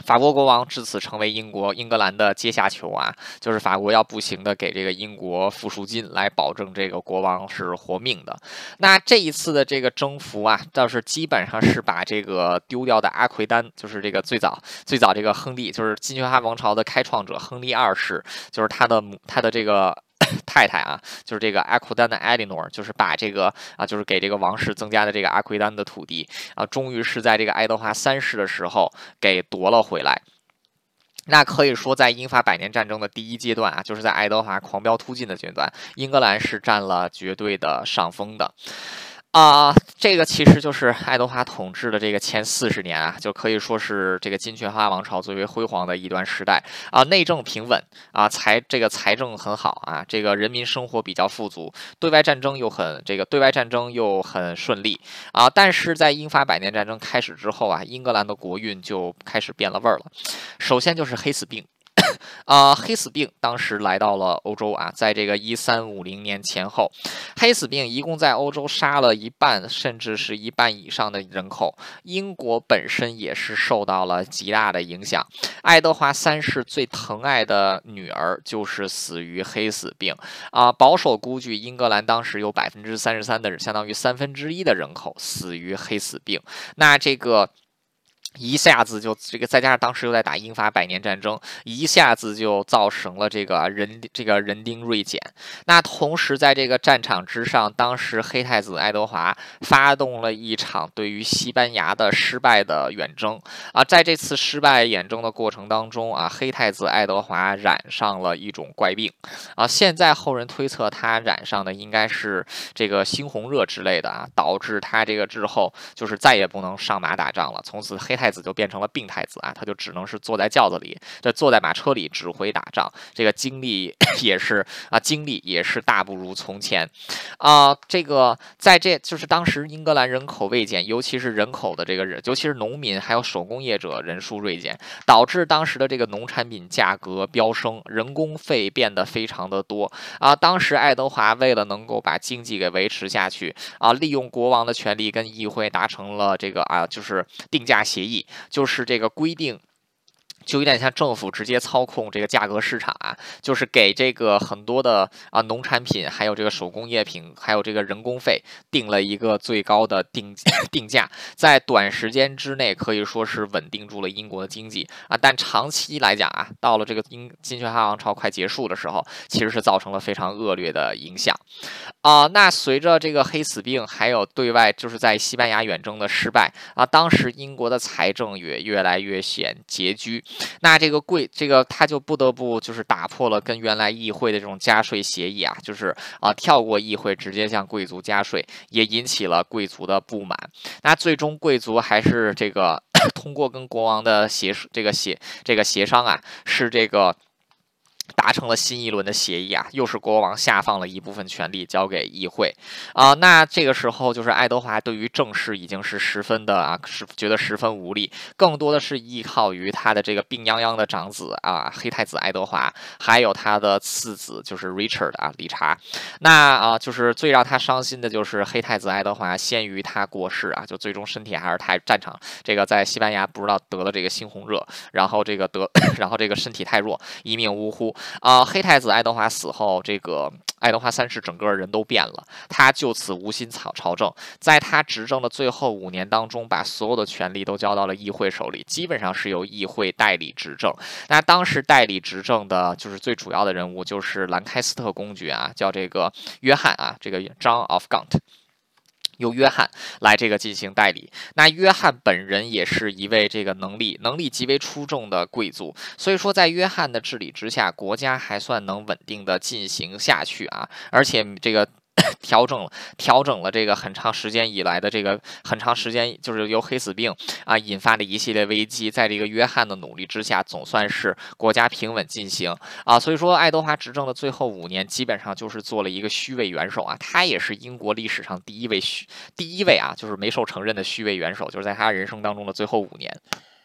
法国国王至此成为英国英格兰的阶下囚啊，就是法国要不停的给这个英国付赎金，来保证这个国王是活命的。那这一次的这个征服啊，倒是基本上是把这个丢掉的阿奎丹，就是这个最早最早这个亨利，就是金雀花王朝的开创者亨利二世，就是他的母他的这个。太太啊，就是这个阿奎丹的艾莉诺，就是把这个啊，就是给这个王室增加的这个阿奎丹的土地啊，终于是在这个爱德华三世的时候给夺了回来。那可以说，在英法百年战争的第一阶段啊，就是在爱德华狂飙突进的阶段，英格兰是占了绝对的上风的。啊、呃，这个其实就是爱德华统治的这个前四十年啊，就可以说是这个金雀花王朝最为辉煌的一段时代啊、呃，内政平稳啊，财这个财政很好啊，这个人民生活比较富足，对外战争又很这个对外战争又很顺利啊。但是在英法百年战争开始之后啊，英格兰的国运就开始变了味儿了。首先就是黑死病。啊、呃，黑死病当时来到了欧洲啊，在这个一三五零年前后，黑死病一共在欧洲杀了一半，甚至是一半以上的人口。英国本身也是受到了极大的影响。爱德华三世最疼爱的女儿就是死于黑死病啊、呃。保守估计，英格兰当时有百分之三十三的人，相当于三分之一的人口死于黑死病。那这个。一下子就这个，再加上当时又在打英法百年战争，一下子就造成了这个人这个人丁锐减。那同时在这个战场之上，当时黑太子爱德华发动了一场对于西班牙的失败的远征啊，在这次失败远征的过程当中啊，黑太子爱德华染上了一种怪病啊，现在后人推测他染上的应该是这个猩红热之类的啊，导致他这个之后就是再也不能上马打仗了，从此黑太子就变成了病太子啊，他就只能是坐在轿子里，这坐在马车里指挥打仗，这个精力也是啊，精力也是大不如从前啊、呃。这个在这就是当时英格兰人口未减，尤其是人口的这个人，尤其是农民还有手工业者人数锐减，导致当时的这个农产品价格飙升，人工费变得非常的多啊。当时爱德华为了能够把经济给维持下去啊，利用国王的权力跟议会达成了这个啊，就是定价协议。就是这个规定，就有点像政府直接操控这个价格市场啊，就是给这个很多的啊农产品，还有这个手工业品，还有这个人工费定了一个最高的定定价，在短时间之内可以说是稳定住了英国的经济啊，但长期来讲啊，到了这个英金雀花王朝快结束的时候，其实是造成了非常恶劣的影响啊。那随着这个黑死病，还有对外就是在西班牙远征的失败啊，当时英国的财政也越来越显拮据。那这个贵，这个他就不得不就是打破了跟原来议会的这种加税协议啊，就是啊跳过议会直接向贵族加税，也引起了贵族的不满。那最终贵族还是这个通过跟国王的协这个协这个协商啊，是这个。达成了新一轮的协议啊，又是国王下放了一部分权力交给议会啊、呃。那这个时候，就是爱德华对于政事已经是十分的啊，是觉得十分无力，更多的是依靠于他的这个病殃殃的长子啊，黑太子爱德华，还有他的次子就是 Richard 啊，理查。那啊、呃，就是最让他伤心的就是黑太子爱德华先于他过世啊，就最终身体还是太战场这个在西班牙不知道得了这个猩红热，然后这个得，然后这个身体太弱，一命呜呼。啊、呃，黑太子爱德华死后，这个爱德华三世整个人都变了，他就此无心朝朝政，在他执政的最后五年当中，把所有的权力都交到了议会手里，基本上是由议会代理执政。那当时代理执政的就是最主要的人物，就是兰开斯特公爵啊，叫这个约翰啊，这个 John of Gaunt。由约翰来这个进行代理。那约翰本人也是一位这个能力能力极为出众的贵族，所以说在约翰的治理之下，国家还算能稳定的进行下去啊，而且这个。调整了，调整了这个很长时间以来的这个很长时间，就是由黑死病啊引发的一系列危机，在这个约翰的努力之下，总算是国家平稳进行啊。所以说，爱德华执政的最后五年，基本上就是做了一个虚位元首啊。他也是英国历史上第一位虚第一位啊，就是没受承认的虚位元首，就是在他人生当中的最后五年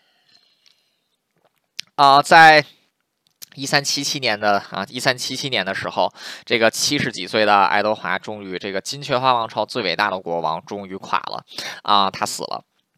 啊，在。一三七七年的啊，一三七七年的时候，这个七十几岁的爱德华终于，这个金雀花王朝最伟大的国王终于垮了，啊，他死了。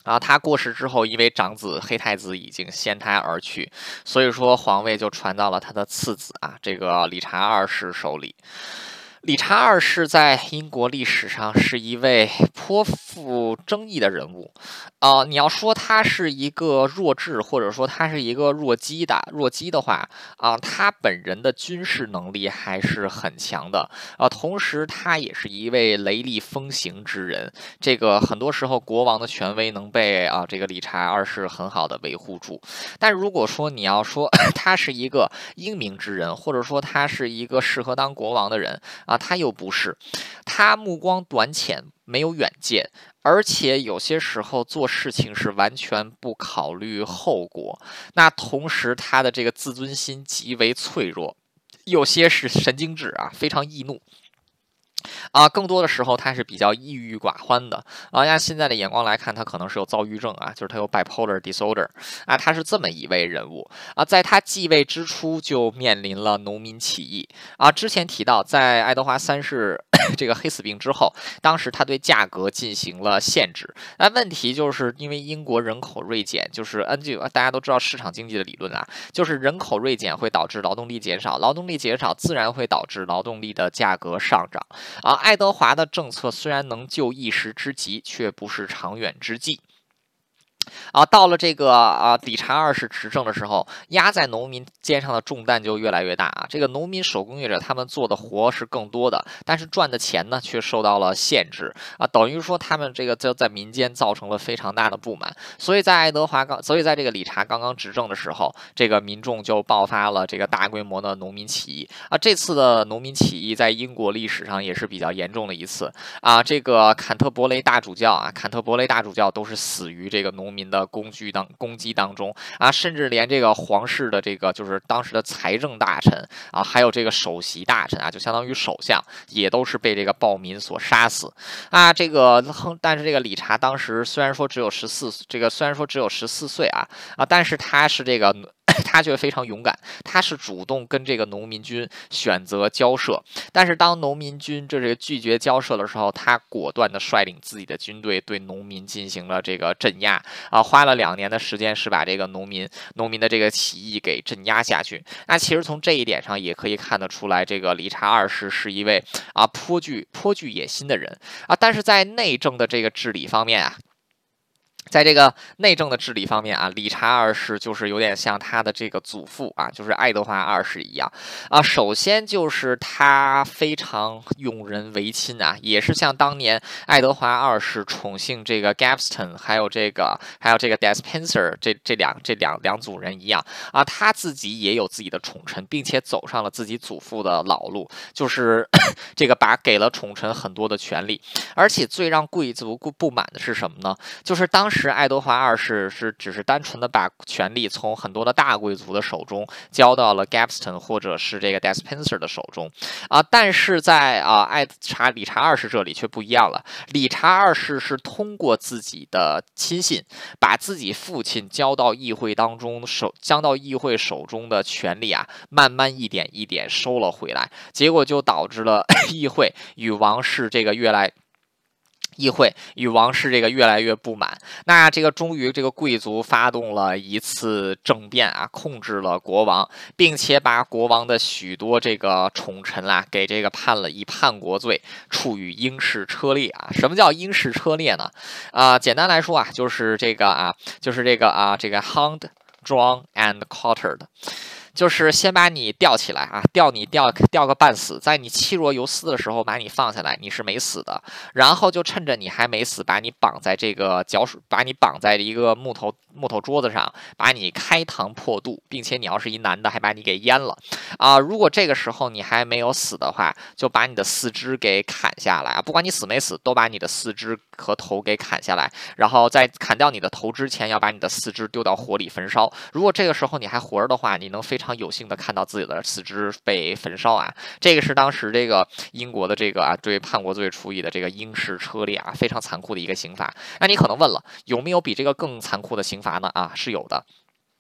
啊，他过世之后，因为长子黑太子已经先他而去，所以说皇位就传到了他的次子啊，这个理查二世手里。理查二世在英国历史上是一位颇富争议的人物，啊、呃，你要说他是一个弱智，或者说他是一个弱鸡的弱鸡的话，啊、呃，他本人的军事能力还是很强的，啊、呃，同时他也是一位雷厉风行之人，这个很多时候国王的权威能被啊、呃、这个理查二世很好的维护住，但如果说你要说他是一个英明之人，或者说他是一个适合当国王的人。啊，他又不是，他目光短浅，没有远见，而且有些时候做事情是完全不考虑后果。那同时，他的这个自尊心极为脆弱，有些是神经质啊，非常易怒。啊，更多的时候他是比较抑郁寡欢的啊。按现在的眼光来看，他可能是有躁郁症啊，就是他有 bipolar disorder 啊，他是这么一位人物啊。在他继位之初就面临了农民起义啊。之前提到，在爱德华三世这个黑死病之后，当时他对价格进行了限制。那问题就是因为英国人口锐减，就是根据大家都知道市场经济的理论啊，就是人口锐减会导致劳动力减少，劳动力减少自然会导致劳动力的价格上涨。啊，爱德华的政策虽然能救一时之急，却不是长远之计。啊，到了这个啊，理查二世执政的时候，压在农民肩上的重担就越来越大啊。这个农民手工业者他们做的活是更多的，但是赚的钱呢却受到了限制啊，等于说他们这个就在民间造成了非常大的不满。所以在爱德华刚，所以在这个理查刚刚执政的时候，这个民众就爆发了这个大规模的农民起义啊。这次的农民起义在英国历史上也是比较严重的一次啊。这个坎特伯雷大主教啊，坎特伯雷大主教都是死于这个农民的攻击当攻击当中啊，甚至连这个皇室的这个就是当时的财政大臣啊，还有这个首席大臣啊，就相当于首相，也都是被这个暴民所杀死啊。这个但是这个理查当时虽然说只有十四，这个虽然说只有十四岁啊啊，但是他是这个。他却非常勇敢，他是主动跟这个农民军选择交涉，但是当农民军这个拒绝交涉的时候，他果断的率领自己的军队对农民进行了这个镇压啊，花了两年的时间是把这个农民农民的这个起义给镇压下去。那其实从这一点上也可以看得出来，这个理查二世是一位啊颇具颇具野心的人啊，但是在内政的这个治理方面啊。在这个内政的治理方面啊，理查二世就是有点像他的这个祖父啊，就是爱德华二世一样啊。首先就是他非常用人唯亲啊，也是像当年爱德华二世宠幸这个 Gaveston， 还有这个还有这个 Despenser 这这两这两两组人一样啊，他自己也有自己的宠臣，并且走上了自己祖父的老路，就是这个把给了宠臣很多的权利，而且最让贵族不满的是什么呢？就是当时爱德华二世是只是单纯的把权力从很多的大贵族的手中交到了 Gaveston 或者是这个 Despenser 的手中啊，但是在啊爱查理查二世这里却不一样了。理查二世是通过自己的亲信，把自己父亲交到议会当中手交到议会手中的权力啊，慢慢一点一点收了回来，结果就导致了议会与王室这个越来。议会与王室这个越来越不满，那这个终于这个贵族发动了一次政变啊，控制了国王，并且把国王的许多这个宠臣啦、啊、给这个判了以叛国罪，处以英式车裂啊。什么叫英式车裂呢？啊、呃，简单来说啊，就是这个啊，就是这个啊，这个 hound drawn and quartered。就是先把你吊起来啊，吊你吊吊个半死，在你气若游丝的时候把你放下来，你是没死的。然后就趁着你还没死，把你绑在这个脚手，把你绑在一个木头木头桌子上，把你开膛破肚，并且你要是一男的，还把你给阉了啊！如果这个时候你还没有死的话，就把你的四肢给砍下来啊！不管你死没死，都把你的四肢和头给砍下来，然后在砍掉你的头之前，要把你的四肢丢到火里焚烧。如果这个时候你还活着的话，你能非常有幸的看到自己的四肢被焚烧啊！这个是当时这个英国的这个啊对叛国罪处以的这个英式车裂啊，非常残酷的一个刑罚。那你可能问了，有没有比这个更残酷的刑罚呢？啊，是有的。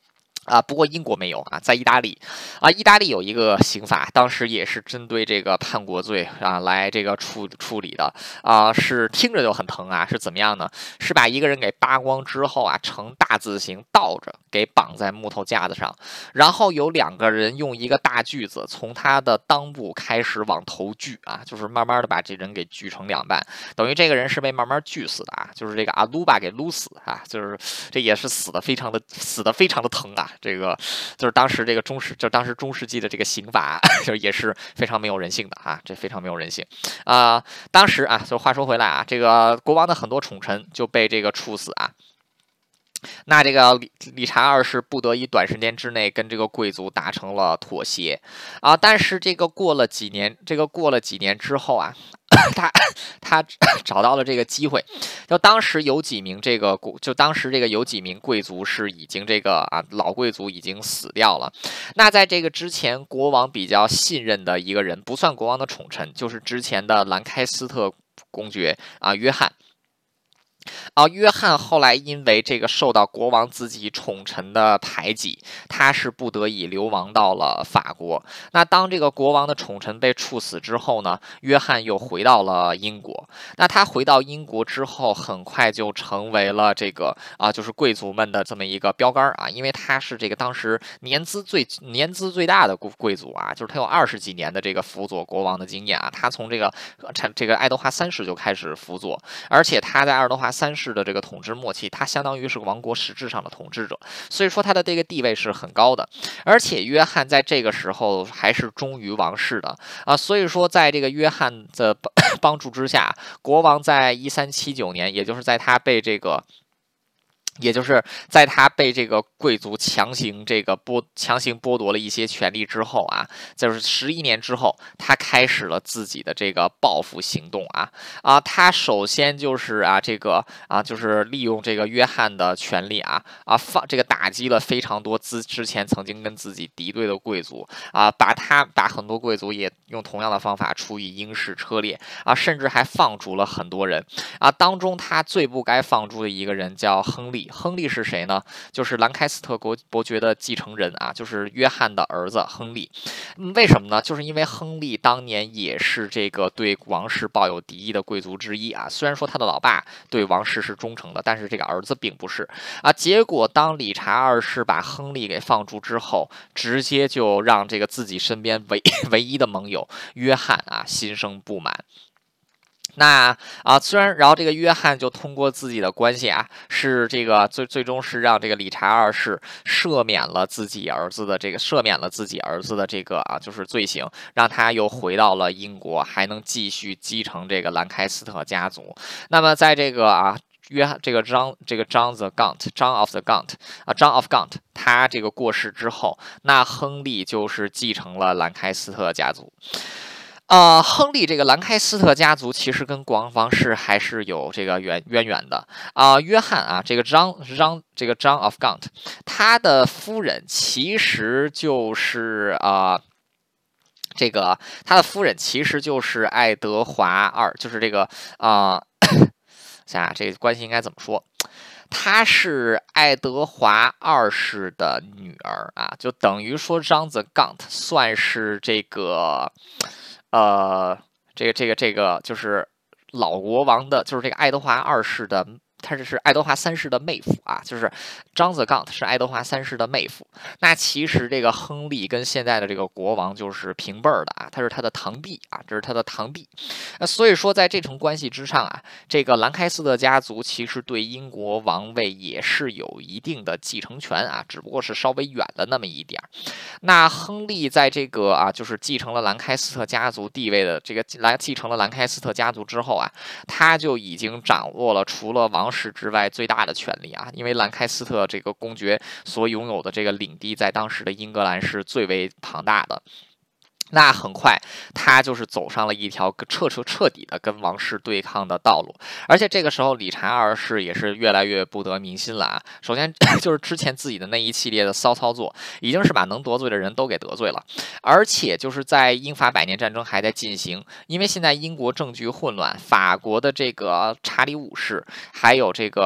啊，不过英国没有啊，在意大利，啊，意大利有一个刑法，当时也是针对这个叛国罪啊来这个处处理的啊，是听着就很疼啊，是怎么样呢？是把一个人给扒光之后啊，呈大字形倒着给绑在木头架子上，然后有两个人用一个大锯子从他的裆部开始往头锯啊，就是慢慢的把这人给锯成两半，等于这个人是被慢慢锯死的啊，就是这个阿鲁巴给撸死啊，就是这也是死的非常的死的非常的疼啊。这个就是当时这个中世，就当时中世纪的这个刑法，就也是非常没有人性的啊，这非常没有人性啊、呃。当时啊，就话说回来啊，这个国王的很多宠臣就被这个处死啊。那这个理理查二世不得已短时间之内跟这个贵族达成了妥协啊，但是这个过了几年，这个过了几年之后啊，他他找到了这个机会，就当时有几名这个就当时这个有几名贵族是已经这个啊老贵族已经死掉了，那在这个之前，国王比较信任的一个人，不算国王的宠臣，就是之前的兰开斯特公爵啊约翰。啊，约翰后来因为这个受到国王自己宠臣的排挤，他是不得已流亡到了法国。那当这个国王的宠臣被处死之后呢，约翰又回到了英国。那他回到英国之后，很快就成为了这个啊，就是贵族们的这么一个标杆啊，因为他是这个当时年资最年资最大的贵族啊，就是他有二十几年的这个辅佐国王的经验啊，他从这个这个爱德华三世就开始辅佐，而且他在爱德华三世的这个统治末期，他相当于是王国实质上的统治者，所以说他的这个地位是很高的。而且约翰在这个时候还是忠于王室的啊，所以说在这个约翰的帮助之下，国王在一三七九年，也就是在他被这个。也就是在他被这个贵族强行这个剥强行剥夺了一些权利之后啊，就是十一年之后，他开始了自己的这个报复行动啊啊，他首先就是啊这个啊就是利用这个约翰的权利啊啊放这个打击了非常多之之前曾经跟自己敌对的贵族啊，把他把很多贵族也用同样的方法处以英式车裂啊，甚至还放逐了很多人啊，当中他最不该放逐的一个人叫亨利。亨利是谁呢？就是兰开斯特国伯爵的继承人啊，就是约翰的儿子亨利。嗯，为什么呢？就是因为亨利当年也是这个对王室抱有敌意的贵族之一啊。虽然说他的老爸对王室是忠诚的，但是这个儿子并不是啊。结果当理查二世把亨利给放逐之后，直接就让这个自己身边唯唯一的盟友约翰啊心生不满。那啊，虽然然后这个约翰就通过自己的关系啊，是这个最最终是让这个理查二世赦免了自己儿子的这个赦免了自己儿子的这个啊就是罪行，让他又回到了英国，还能继续继承这个兰开斯特家族。那么在这个啊。约翰这个张这个 John the Gaunt，John of the Gaunt 啊，John of Gaunt，他这个过世之后，那亨利就是继承了兰开斯特家族。呃，亨利这个兰开斯特家族其实跟国王王室还是有这个渊渊源的啊、呃。约翰啊，这个张张这个 John of Gaunt， 他的夫人其实就是啊、呃，这个他的夫人其实就是爱德华二，就是这个啊。呃想想这个关系应该怎么说？她是爱德华二世的女儿啊，就等于说张子 Gaunt 算是这个，呃，这个这个这个就是老国王的，就是这个爱德华二世的。她这是爱德华三世的妹夫啊，就是张子 Gaunt 是爱德华三世的妹夫。那其实这个亨利跟现在的这个国王就是平辈儿的啊，他是他的堂弟啊，这是他的堂弟。那所以说，在这层关系之上啊，这个兰开斯特家族其实对英国王位也是有一定的继承权啊，只不过是稍微远了那么一点儿。那亨利在这个啊，就是继承了兰开斯特家族地位的这个来继承了兰开斯特家族之后啊，他就已经掌握了除了王室之外最大的权力啊，因为兰开斯特这个公爵所拥有的这个领地，在当时的英格兰是最为庞大的。那很快，他就是走上了一条彻彻彻底的跟王室对抗的道路，而且这个时候理查二世也是越来越不得民心了啊。首先就是之前自己的那一系列的骚操作，已经是把能得罪的人都给得罪了，而且就是在英法百年战争还在进行，因为现在英国政局混乱，法国的这个查理五世，还有这个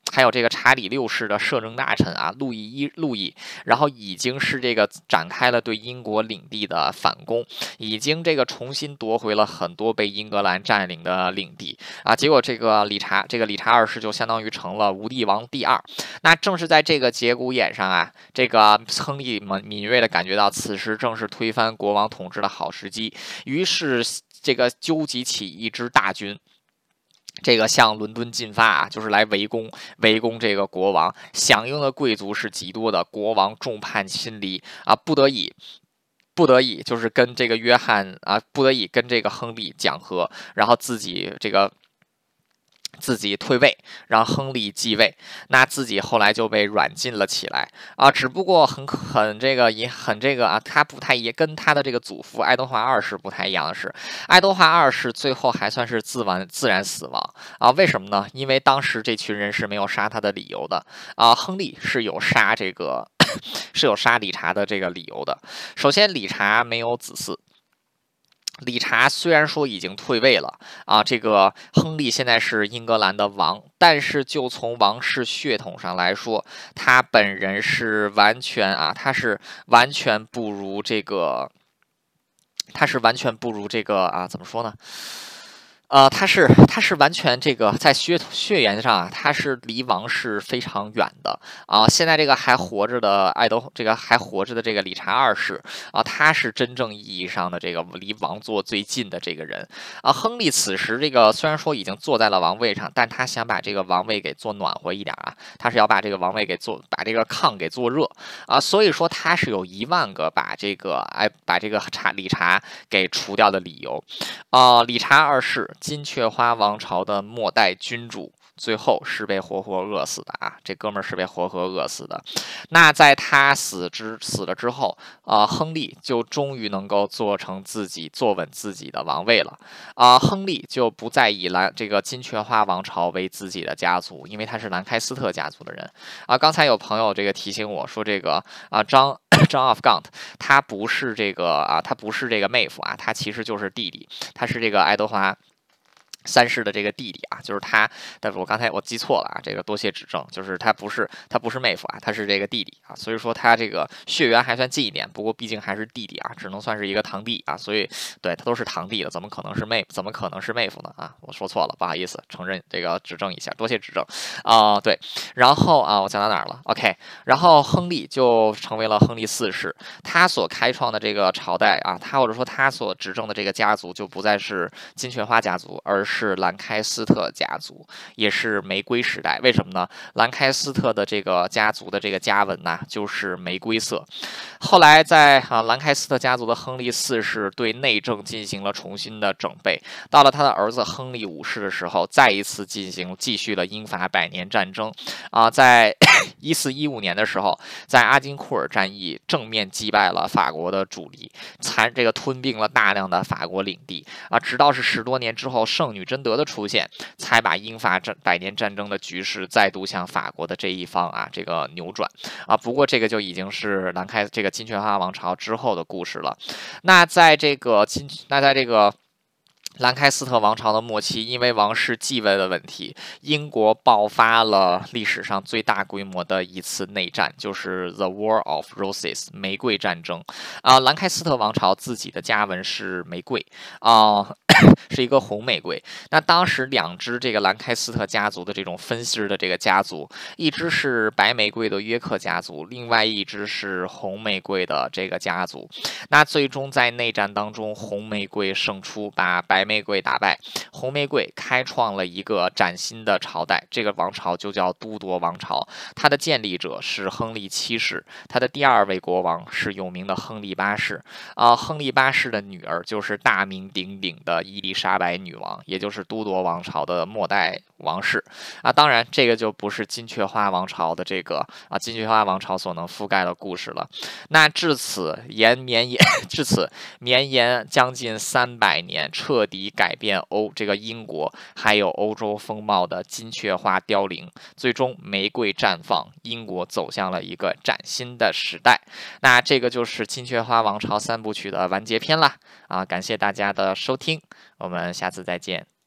还有这个查理六世的摄政大臣啊，路易一路易，然后已经是这个展开了对英国领地的反攻，已经这个重新夺回了很多被英格兰占领的领地啊。结果这个理查这个理查二世就相当于成了无帝王第二。那正是在这个节骨眼上啊，这个亨利敏敏锐的感觉到此时正是推翻国王统治的好时机，于是这个纠集起一支大军。这个向伦敦进发啊，就是来围攻围攻这个国王。响应的贵族是极多的，国王众叛亲离啊，不得已。不得已就是跟这个约翰啊，不得已跟这个亨利讲和，然后自己这个自己退位，让亨利继位，那自己后来就被软禁了起来啊。只不过很很这个也很这个啊，他不太也跟他的这个祖父爱德华二世不太一样的是，爱德华二世最后还算是自完自然死亡啊。为什么呢？因为当时这群人是没有杀他的理由的啊。亨利是有杀这个是有杀理查的这个理由的。首先，理查没有子嗣。理查虽然说已经退位了啊，这个亨利现在是英格兰的王，但是就从王室血统上来说，他本人是完全啊，他是完全不如这个，他是完全不如这个啊，怎么说呢？呃，他是他是完全这个在血血缘上啊，他是离王室非常远的啊。现在这个还活着的爱德，这个还活着的这个理查二世啊，他是真正意义上的这个离王座最近的这个人啊。亨利此时这个虽然说已经坐在了王位上，但他想把这个王位给做暖和一点啊，他是要把这个王位给做把这个炕给做热啊。所以说他是有一万个把这个哎把这个查理查给除掉的理由啊。理查二世。金雀花王朝的末代君主，最后是被活活饿死的啊！这哥们儿是被活活饿死的。那在他死之死了之后，啊、呃，亨利就终于能够做成自己坐稳自己的王位了啊、呃！亨利就不再以兰这个金雀花王朝为自己的家族，因为他是兰开斯特家族的人啊、呃。刚才有朋友这个提醒我说，这个啊张。John of Gaunt， 他不是这个啊，他不是这个妹夫啊，他其实就是弟弟，他是这个爱德华三世的这个弟弟啊，就是他，但是我刚才我记错了啊，这个多谢指正，就是他不是他不是妹夫啊，他是这个弟弟啊，所以说他这个血缘还算近一点，不过毕竟还是弟弟啊，只能算是一个堂弟啊，所以对他都是堂弟了，怎么可能是妹，怎么可能是妹夫呢？啊，我说错了，不好意思，承认这个指正一下，多谢指正啊、呃，对，然后啊，我讲到哪儿了 ？OK， 然后亨利就成为了亨利四世，他所开创的这个朝代啊，他或者说他所执政的这个家族就不再是金雀花家族，而是是兰开斯特家族，也是玫瑰时代。为什么呢？兰开斯特的这个家族的这个家纹呢，就是玫瑰色。后来在啊兰开斯特家族的亨利四世对内政进行了重新的整备。到了他的儿子亨利五世的时候，再一次进行继续了英法百年战争啊，在一四一五年的时候，在阿金库尔战役正面击败了法国的主力，残这个吞并了大量的法国领地啊，直到是十多年之后，圣女贞德的出现，才把英法战百年战争的局势再度向法国的这一方啊这个扭转啊。不过这个就已经是兰开这个金雀花王朝之后的故事了。那在这个金那在这个。兰开斯特王朝的末期，因为王室继位的问题，英国爆发了历史上最大规模的一次内战，就是 The War of Roses 玫瑰战争。啊、呃，兰开斯特王朝自己的家纹是玫瑰啊。呃是一个红玫瑰。那当时两支这个兰开斯特家族的这种分支的这个家族，一支是白玫瑰的约克家族，另外一支是红玫瑰的这个家族。那最终在内战当中，红玫瑰胜出，把白玫瑰打败。红玫瑰开创了一个崭新的朝代，这个王朝就叫都铎王朝。它的建立者是亨利七世，他的第二位国王是有名的亨利八世。啊、呃，亨利八世的女儿就是大名鼎鼎的伊丽莎白女王，也就是都铎王朝的末代王室啊。当然，这个就不是金雀花王朝的这个啊金雀花王朝所能覆盖的故事了。那至此延绵延至此绵延将近三百年，彻底改变欧这个英国还有欧洲风貌的金雀花凋零，最终玫瑰绽放，英国走向了一个崭新的时代。那这个就是金雀花王朝三部曲的完结篇啦啊！感谢大家的收听，我们下次再见。